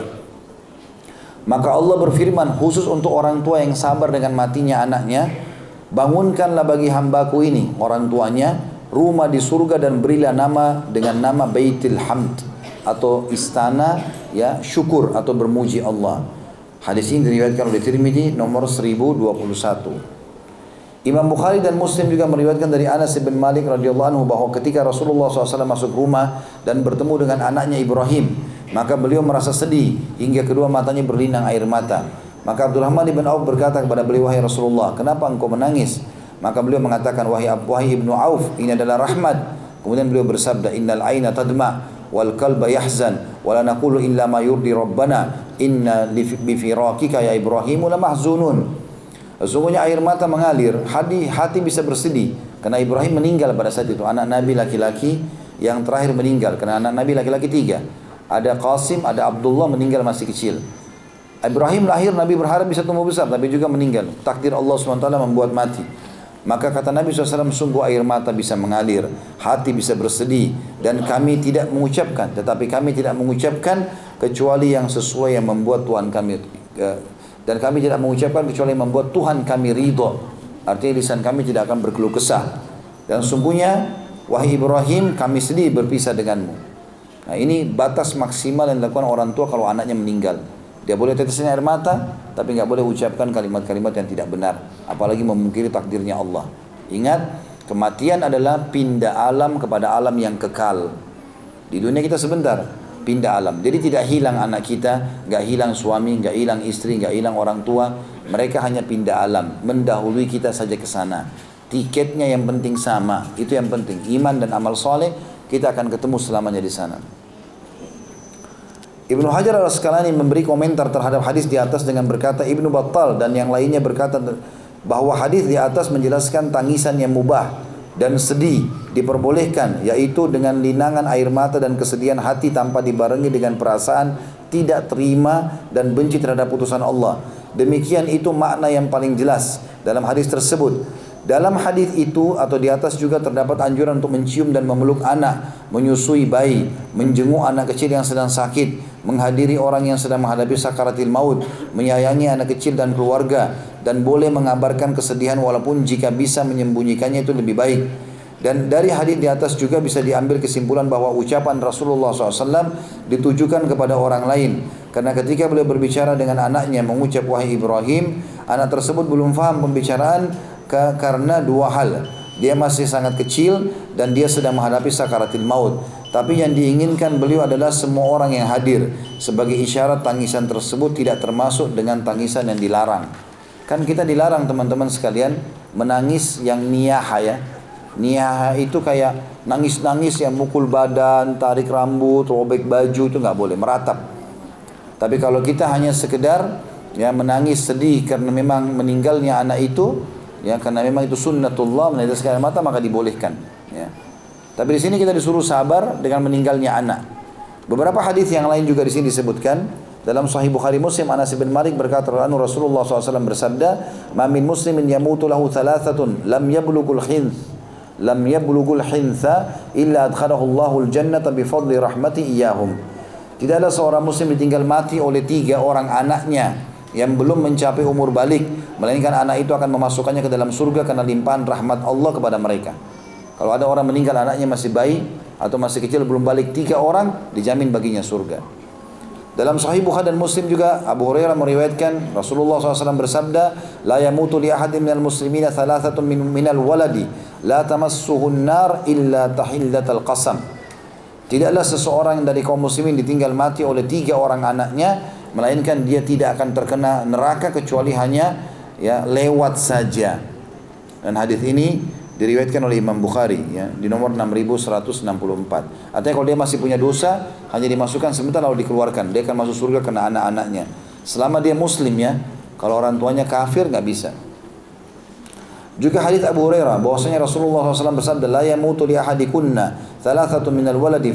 Maka Allah berfirman khusus untuk orang tua yang sabar dengan matinya anaknya, bangunkanlah bagi hambaku ini, orang tuanya, rumah di surga dan berilah nama dengan nama Baitul Hamd atau istana ya syukur atau bermuji Allah. Hadis ini diriwayatkan oleh Tirmidzi nomor 1021. Imam Bukhari dan Muslim juga meriwayatkan dari Anas bin Malik radhiyallahu anhu bahwa ketika Rasulullah SAW masuk rumah dan bertemu dengan anaknya Ibrahim, maka beliau merasa sedih hingga kedua matanya berlinang air mata. Maka Abdurrahman bin Auf berkata kepada beliau, wahai Rasulullah, kenapa engkau menangis? Maka beliau mengatakan, wahai Ibnu Auf, ini adalah rahmat. Kemudian beliau bersabda, innal aina tadma wal qalba yahzan wa la naqulu illa ma yurdi rabbana inna bi firakika ya Ibrahim la mahzunun. Sesungguhnya air mata mengalir, hati bisa bersedih karena Ibrahim meninggal pada saat itu, anak Nabi laki-laki yang terakhir meninggal karena anak Nabi laki-laki 3. Ada Qasim, ada Abdullah meninggal masih kecil. Ibrahim lahir, Nabi berharap bisa tumbuh besar, tapi juga meninggal. Takdir Allah SWT membuat mati. Maka kata Nabi SAW, sungguh air mata bisa mengalir, hati bisa bersedih, dan kami tidak mengucapkan, tetapi kami tidak mengucapkan kecuali yang sesuai yang membuat Tuhan kami, dan kami tidak mengucapkan kecuali yang membuat Tuhan kami ridho. Artinya lisan kami tidak akan berkeluh kesah. Dan sungguhnya, wahai Ibrahim, kami sedih berpisah denganmu. Nah ini batas maksimal yang dilakukan orang tua kalau anaknya meninggal. Dia boleh tetesin air mata, tapi nggak boleh ucapkan kalimat-kalimat yang tidak benar, apalagi memungkiri takdirnya Allah. Ingat, kematian adalah pindah alam kepada alam yang kekal. Di dunia kita sebentar, pindah alam. Jadi tidak hilang anak kita, nggak hilang suami, nggak hilang istri, nggak hilang orang tua. Mereka hanya pindah alam, mendahului kita saja ke sana. Tiketnya yang penting sama, itu yang penting. Iman dan amal soleh, kita akan ketemu selamanya di sana. Ibnu Hajar al-Asqalani memberi komentar terhadap hadis di atas dengan berkata, Ibnu Battal dan yang lainnya berkata bahwa hadis di atas menjelaskan tangisan yang mubah dan sedih diperbolehkan, yaitu dengan linangan air mata dan kesedihan hati tanpa dibarengi dengan perasaan tidak terima dan benci terhadap putusan Allah. Demikian itu makna yang paling jelas dalam hadis tersebut. Dalam hadis itu atau di atas juga terdapat anjuran untuk mencium dan memeluk anak, menyusui bayi, menjenguk anak kecil yang sedang sakit, menghadiri orang yang sedang menghadapi sakaratil maut, menyayangi anak kecil dan keluarga, dan boleh mengabarkan kesedihan walaupun jika bisa menyembunyikannya itu lebih baik. Dan dari hadis di atas juga bisa diambil kesimpulan bahwa ucapan Rasulullah SAW ditujukan kepada orang lain. Karena ketika beliau berbicara dengan anaknya mengucap wahai Ibrahim, anak tersebut belum faham pembicaraan karena dua hal. Dia masih sangat kecil dan dia sedang menghadapi sakaratil maut. Tapi yang diinginkan beliau adalah semua orang yang hadir. Sebagai isyarat tangisan tersebut tidak termasuk dengan tangisan yang dilarang. Kan kita dilarang teman-teman sekalian menangis yang niyaha ya. Niyaha itu kayak nangis-nangis yang mukul badan, tarik rambut, robek baju, itu nggak boleh, meratap. Tapi kalau kita hanya sekedar ya menangis sedih karena memang meninggalnya anak itu, ya karena memang itu sunnatullah meneteskan air mata, maka dibolehkan. Ya. Tapi di sini kita disuruh sabar dengan meninggalnya anak. Beberapa hadis yang lain juga di sini disebutkan. Dalam Sahih Bukhari Muslim, Anas bin Malik berkata, Rasulullah SAW bersabda, "Ma min muslimin yamutu lahu thalathatun lam yablughul hintha illa adkhalahu Allahul jannata bifadli rahmati iyahum." Tidaklah seorang muslim ditinggal mati oleh 3 orang anaknya yang belum mencapai umur balik, melainkan anak itu akan memasukkannya ke dalam surga karena limpahan rahmat Allah kepada mereka. Kalau ada orang meninggal anaknya masih bayi atau masih kecil belum balik, 3 orang dijamin baginya surga. Dalam Sahih Bukhari dan Muslim juga Abu Hurairah meriwayatkan Rasulullah SAW bersabda, "La yamutu li ahadin minal muslimina thalathatun minal waladi, la tamassuhun nar illa tahillatal qasam." Tidaklah seseorang dari kaum muslimin ditinggal mati oleh 3 orang anaknya, melainkan dia tidak akan terkena neraka kecuali hanya ya lewat saja. Dan hadis ini diriwayatkan oleh Imam Bukhari ya, di nomor 6164. Artinya kalau dia masih punya dosa, hanya dimasukkan sebentar lalu dikeluarkan. Dia akan masuk surga karena anak-anaknya. Selama dia muslim ya, kalau orang tuanya kafir nggak bisa. Juga hadis Abu Hurairah bahwasanya Rasulullah SAW bersabda, "La yamutu li ahadikunna thalathatun minal waladi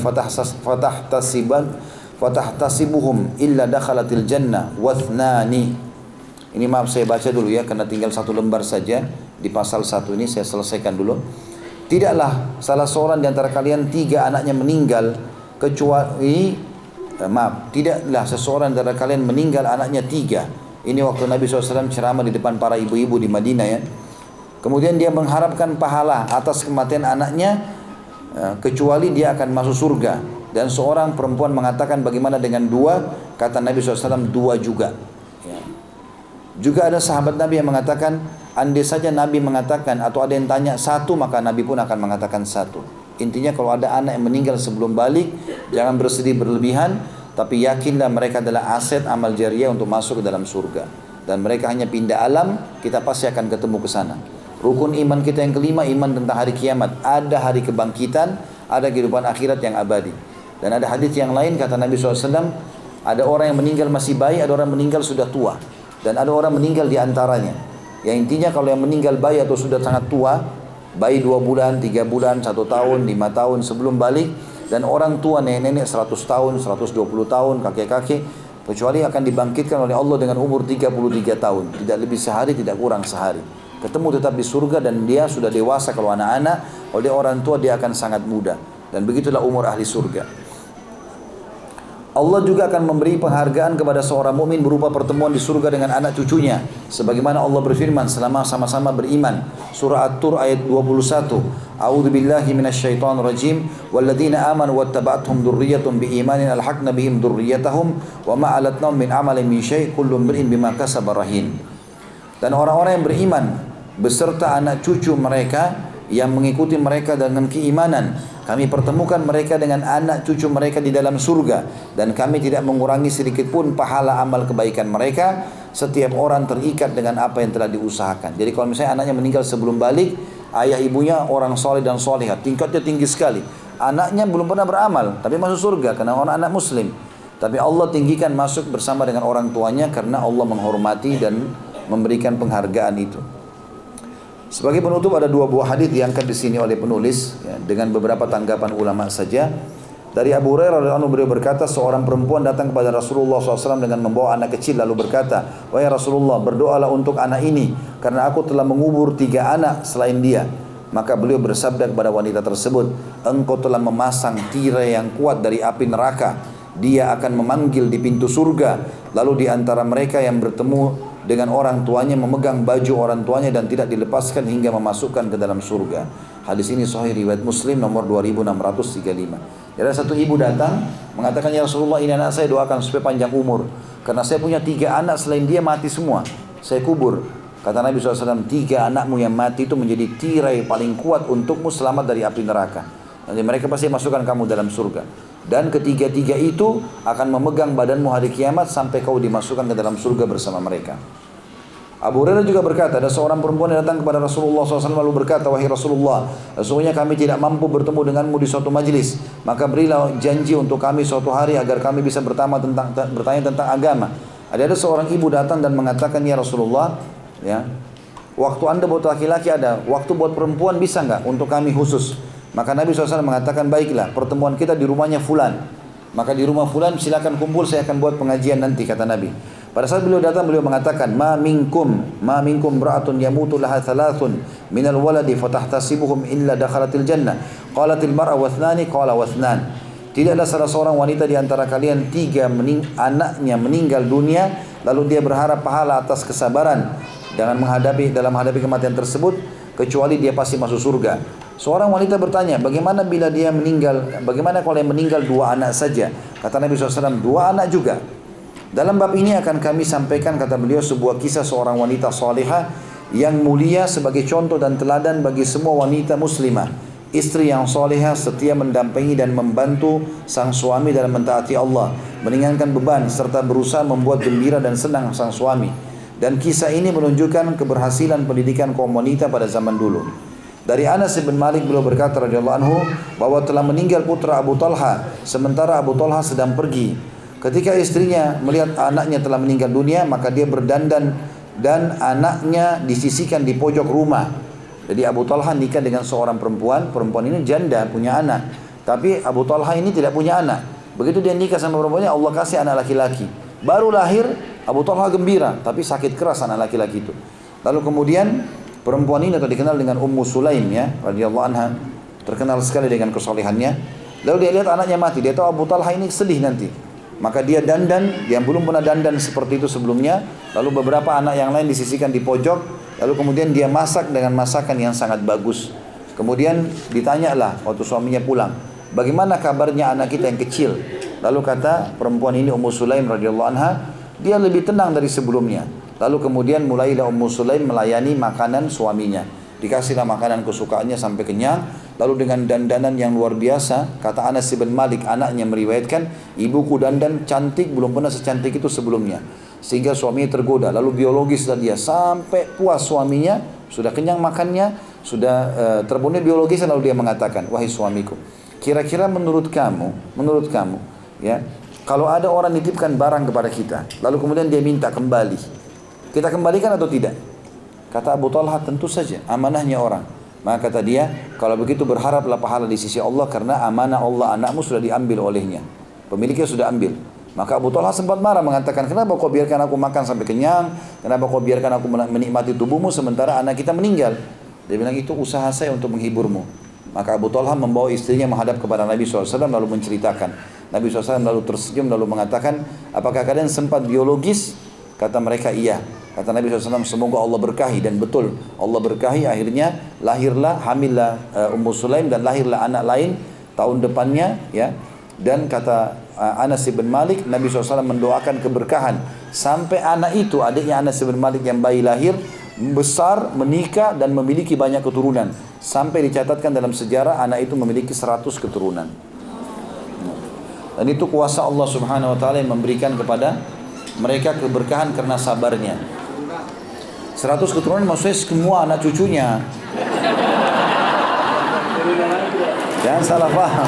fatahtasibuhum illa dakhalatil jannah wathnani." Ini maaf saya baca dulu ya, karena tinggal 1 lembar saja di pasal 1 ini, saya selesaikan dulu. Tidaklah salah seorang di antara kalian 3 anaknya meninggal kecuali tidaklah seseorang di antara kalian meninggal anaknya 3. Ini waktu Nabi SAW ceramah di depan para ibu-ibu di Madinah ya. Kemudian dia mengharapkan pahala atas kematian anaknya, kecuali dia akan masuk surga. Dan seorang perempuan mengatakan, bagaimana dengan 2? Kata Nabi SAW, 2 juga. Ya. Juga ada sahabat Nabi yang mengatakan, andai saja Nabi mengatakan atau ada yang tanya 1, maka Nabi pun akan mengatakan 1. Intinya kalau ada anak yang meninggal sebelum balik, jangan bersedih berlebihan, tapi yakinlah mereka adalah aset amal jariah untuk masuk ke dalam surga. Dan mereka hanya pindah alam, kita pasti akan ketemu ke sana. Rukun iman kita yang kelima, iman tentang hari kiamat. Ada hari kebangkitan, ada kehidupan akhirat yang abadi. Dan ada hadis yang lain, kata Nabi SAW, ada orang yang meninggal masih bayi, ada orang meninggal sudah tua. Dan ada orang meninggal di antaranya. Yang intinya kalau yang meninggal bayi atau sudah sangat tua, bayi 2 bulan, 3 bulan, 1 tahun, 5 tahun sebelum balik, dan orang tua nenek-nenek 100 tahun, 120 tahun, kakek-kakek, kecuali akan dibangkitkan oleh Allah dengan umur 33 tahun. Tidak lebih sehari, tidak kurang sehari. Ketemu tetap di surga dan dia sudah dewasa kalau anak-anak, kalau dia orang tua dia akan sangat muda. Dan begitulah umur ahli surga. Allah juga akan memberi penghargaan kepada seorang mukmin berupa pertemuan di surga dengan anak cucunya, sebagaimana Allah berfirman selama sama-sama beriman. Surah At-Tur ayat 21. A'udzubillahi minasyaitonir rajim. Walladzina amanu wattaba'athum dzurriyyatuhum biimanin alhaqna bihim dzurriyyatahum wa ma alatnahum min amalin min syai' kullu imrin bima kasaba rahin. Dan orang-orang yang beriman beserta anak cucu mereka yang mengikuti mereka dengan keimanan, kami pertemukan mereka dengan anak cucu mereka di dalam surga, dan kami tidak mengurangi sedikit pun pahala amal kebaikan mereka. Setiap orang terikat dengan apa yang telah diusahakan. Jadi kalau misalnya anaknya meninggal sebelum balik, ayah ibunya orang soleh dan solehah, tingkatnya tinggi sekali. Anaknya belum pernah beramal, tapi masuk surga karena orang anak muslim. Tapi Allah tinggikan masuk bersama dengan orang tuanya karena Allah menghormati dan memberikan penghargaan itu. Sebagai penutup ada 2 buah hadis diangkat di sini oleh penulis ya, dengan beberapa tanggapan ulama saja. Dari Abu Hurairah radhiyallahu anhu beliau berkata, seorang perempuan datang kepada Rasulullah SAW dengan membawa anak kecil lalu berkata, wahai Rasulullah, berdoalah untuk anak ini karena aku telah mengubur 3 anak selain dia. Maka beliau bersabda kepada wanita tersebut, engkau telah memasang tirai yang kuat dari api neraka. Dia akan memanggil di pintu surga. Lalu di antara mereka yang bertemu dengan orang tuanya memegang baju orang tuanya dan tidak dilepaskan hingga memasukkan ke dalam surga. Hadis ini sahih riwayat Muslim nomor 2635. Ada satu ibu datang mengatakan, ya Rasulullah, ini anak saya, doakan supaya panjang umur. Karena saya punya 3 anak selain dia mati semua. Saya kubur. Kata Nabi SAW, 3 anakmu yang mati itu menjadi tirai paling kuat untukmu selamat dari api neraka. Nanti mereka pasti masukkan kamu dalam surga. Dan ketiga-tiga itu akan memegang badanmu hari kiamat sampai kau dimasukkan ke dalam surga bersama mereka. Abu Hurairah juga berkata, ada seorang perempuan yang datang kepada Rasulullah SAW lalu berkata, wahai Rasulullah, sesungguhnya kami tidak mampu bertemu denganmu di suatu majlis, maka berilah janji untuk kami suatu hari agar kami bisa bertanya tentang agama. Ada seorang ibu datang dan mengatakan, ya Rasulullah, ya, waktu anda buat laki-laki ada, waktu buat perempuan bisa nggak untuk kami khusus? Maka Nabi SAW mengatakan, baiklah, pertemuan kita di rumahnya fulan. Maka di rumah fulan silakan kumpul, saya akan buat pengajian nanti, kata Nabi. Pada saat beliau datang, beliau mengatakan, ma minkum ra'atun yamutu laha thalathun minal waladi fatahtasibuhum illa dakhalatil jannah. Qalatil mar'a wathnani, qala wathnan. Tidaklah salah seorang wanita di antara kalian 3 anaknya meninggal dunia, lalu dia berharap pahala atas kesabaran dalam menghadapi kematian tersebut, kecuali dia pasti masuk surga. Seorang wanita bertanya, bagaimana bila dia meninggal, bagaimana kalau yang meninggal 2 anak saja? Kata Nabi SAW, 2 anak juga. Dalam bab ini akan kami sampaikan, kata beliau, sebuah kisah seorang wanita salihah yang mulia sebagai contoh dan teladan bagi semua wanita muslimah. Istri yang salihah setia mendampingi dan membantu sang suami dalam mentaati Allah, meringankan beban serta berusaha membuat gembira dan senang sang suami. Dan kisah ini menunjukkan keberhasilan pendidikan kaum wanita pada zaman dulu. Dari Anas bin Malik beliau berkata radhiyallahu anhu bahwa telah meninggal putra Abu Talha sementara Abu Talha sedang pergi. Ketika istrinya melihat anaknya telah meninggal dunia, maka dia berdandan dan anaknya disisihkan di pojok rumah. Jadi Abu Talha nikah dengan seorang perempuan ini janda, punya anak. Tapi Abu Talha ini tidak punya anak. Begitu dia nikah sama perempuannya, Allah kasih anak laki-laki. Baru lahir, Abu Talha gembira, tapi sakit keras anak laki-laki itu. Lalu kemudian perempuan ini atau dikenal dengan Ummu Sulaim, ya, radhiyallahu anha, terkenal sekali dengan kesolehannya. Lalu dia lihat anaknya mati, dia tahu Abu Talha ini sedih nanti. Maka dia dandan, yang belum pernah dandan seperti itu sebelumnya. Lalu beberapa anak yang lain disisihkan di pojok. Lalu kemudian dia masak dengan masakan yang sangat bagus. Kemudian ditanyalah waktu suaminya pulang, bagaimana kabarnya anak kita yang kecil? Lalu kata perempuan ini, Ummu Sulaim radhiyallahu anha, dia lebih tenang dari sebelumnya. Lalu kemudian mulailah Ummu Sulaim melayani makanan suaminya. Dikasihlah makanan kesukaannya sampai kenyang. Lalu dengan dandanan yang luar biasa, kata Anas bin Malik, anaknya meriwayatkan, ibuku dandan cantik, belum pernah secantik itu sebelumnya. Sehingga suaminya tergoda. Lalu biologislah dia sampai puas suaminya, sudah kenyang makannya, sudah terpenuhi biologis. Lalu dia mengatakan, wahai suamiku, kira-kira menurut kamu, ya, kalau ada orang nitipkan barang kepada kita, lalu kemudian dia minta kembali, kita kembalikan atau tidak? Kata Abu Talha, tentu saja, amanahnya orang. Maka kata dia, kalau begitu berharaplah pahala di sisi Allah karena amanah Allah anakmu sudah diambil olehnya. Pemiliknya sudah ambil. Maka Abu Talha sempat marah mengatakan, kenapa kau biarkan aku makan sampai kenyang? Kenapa kau biarkan aku menikmati tubuhmu sementara anak kita meninggal? Dia bilang, itu usaha saya untuk menghiburmu. Maka Abu Talha membawa istrinya menghadap kepada Nabi SAW lalu menceritakan. Nabi SAW lalu tersenyum lalu mengatakan, apakah kalian sempat biologis? Kata mereka, iya. Kata Nabi SAW, semoga Allah berkahi. Dan betul, Allah berkahi. Akhirnya lahirlah, hamillah Ummu Sulaim dan lahirlah anak lain tahun depannya, ya. Dan kata Anas bin Malik, Nabi SAW mendoakan keberkahan sampai anak itu, adiknya Anas bin Malik yang bayi lahir, besar, menikah dan memiliki banyak keturunan. Sampai dicatatkan dalam sejarah anak itu memiliki 100 keturunan. Dan itu kuasa Allah Subhanahu Wa Taala yang memberikan kepada mereka keberkahan karena sabarnya. 100 keturunan maksudnya semua anak cucunya. Jangan salah paham.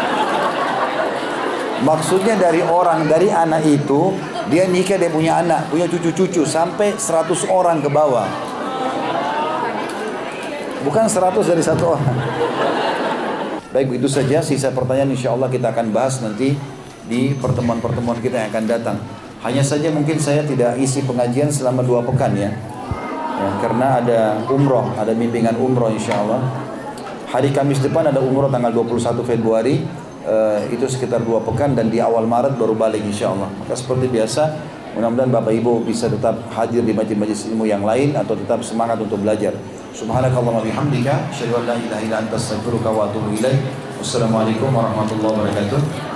Maksudnya dari anak itu, dia nikah, dia punya anak, punya cucu-cucu sampai 100 orang ke bawah. Bukan 100 dari 1 orang. Baik, begitu saja. Sisa pertanyaan insya Allah kita akan bahas nanti di pertemuan-pertemuan kita yang akan datang. Hanya saja mungkin saya tidak isi pengajian selama 2 pekan ya. Karena ada umroh, ada bimbingan umroh insya Allah. Hari Kamis depan ada umroh tanggal 21 Februari, itu sekitar 2 pekan, dan di awal Maret baru balik insya Allah. Maka seperti biasa, mudah-mudahan Bapak Ibu bisa tetap hadir di majlis-majlis ilmu yang lain atau tetap semangat untuk belajar. Subhanakallahumma bihamdika, asyhadu an la ilaha illa anta astaghfiruka wa atubu ilaik. Wassalamualaikum warahmatullahi wabarakatuh.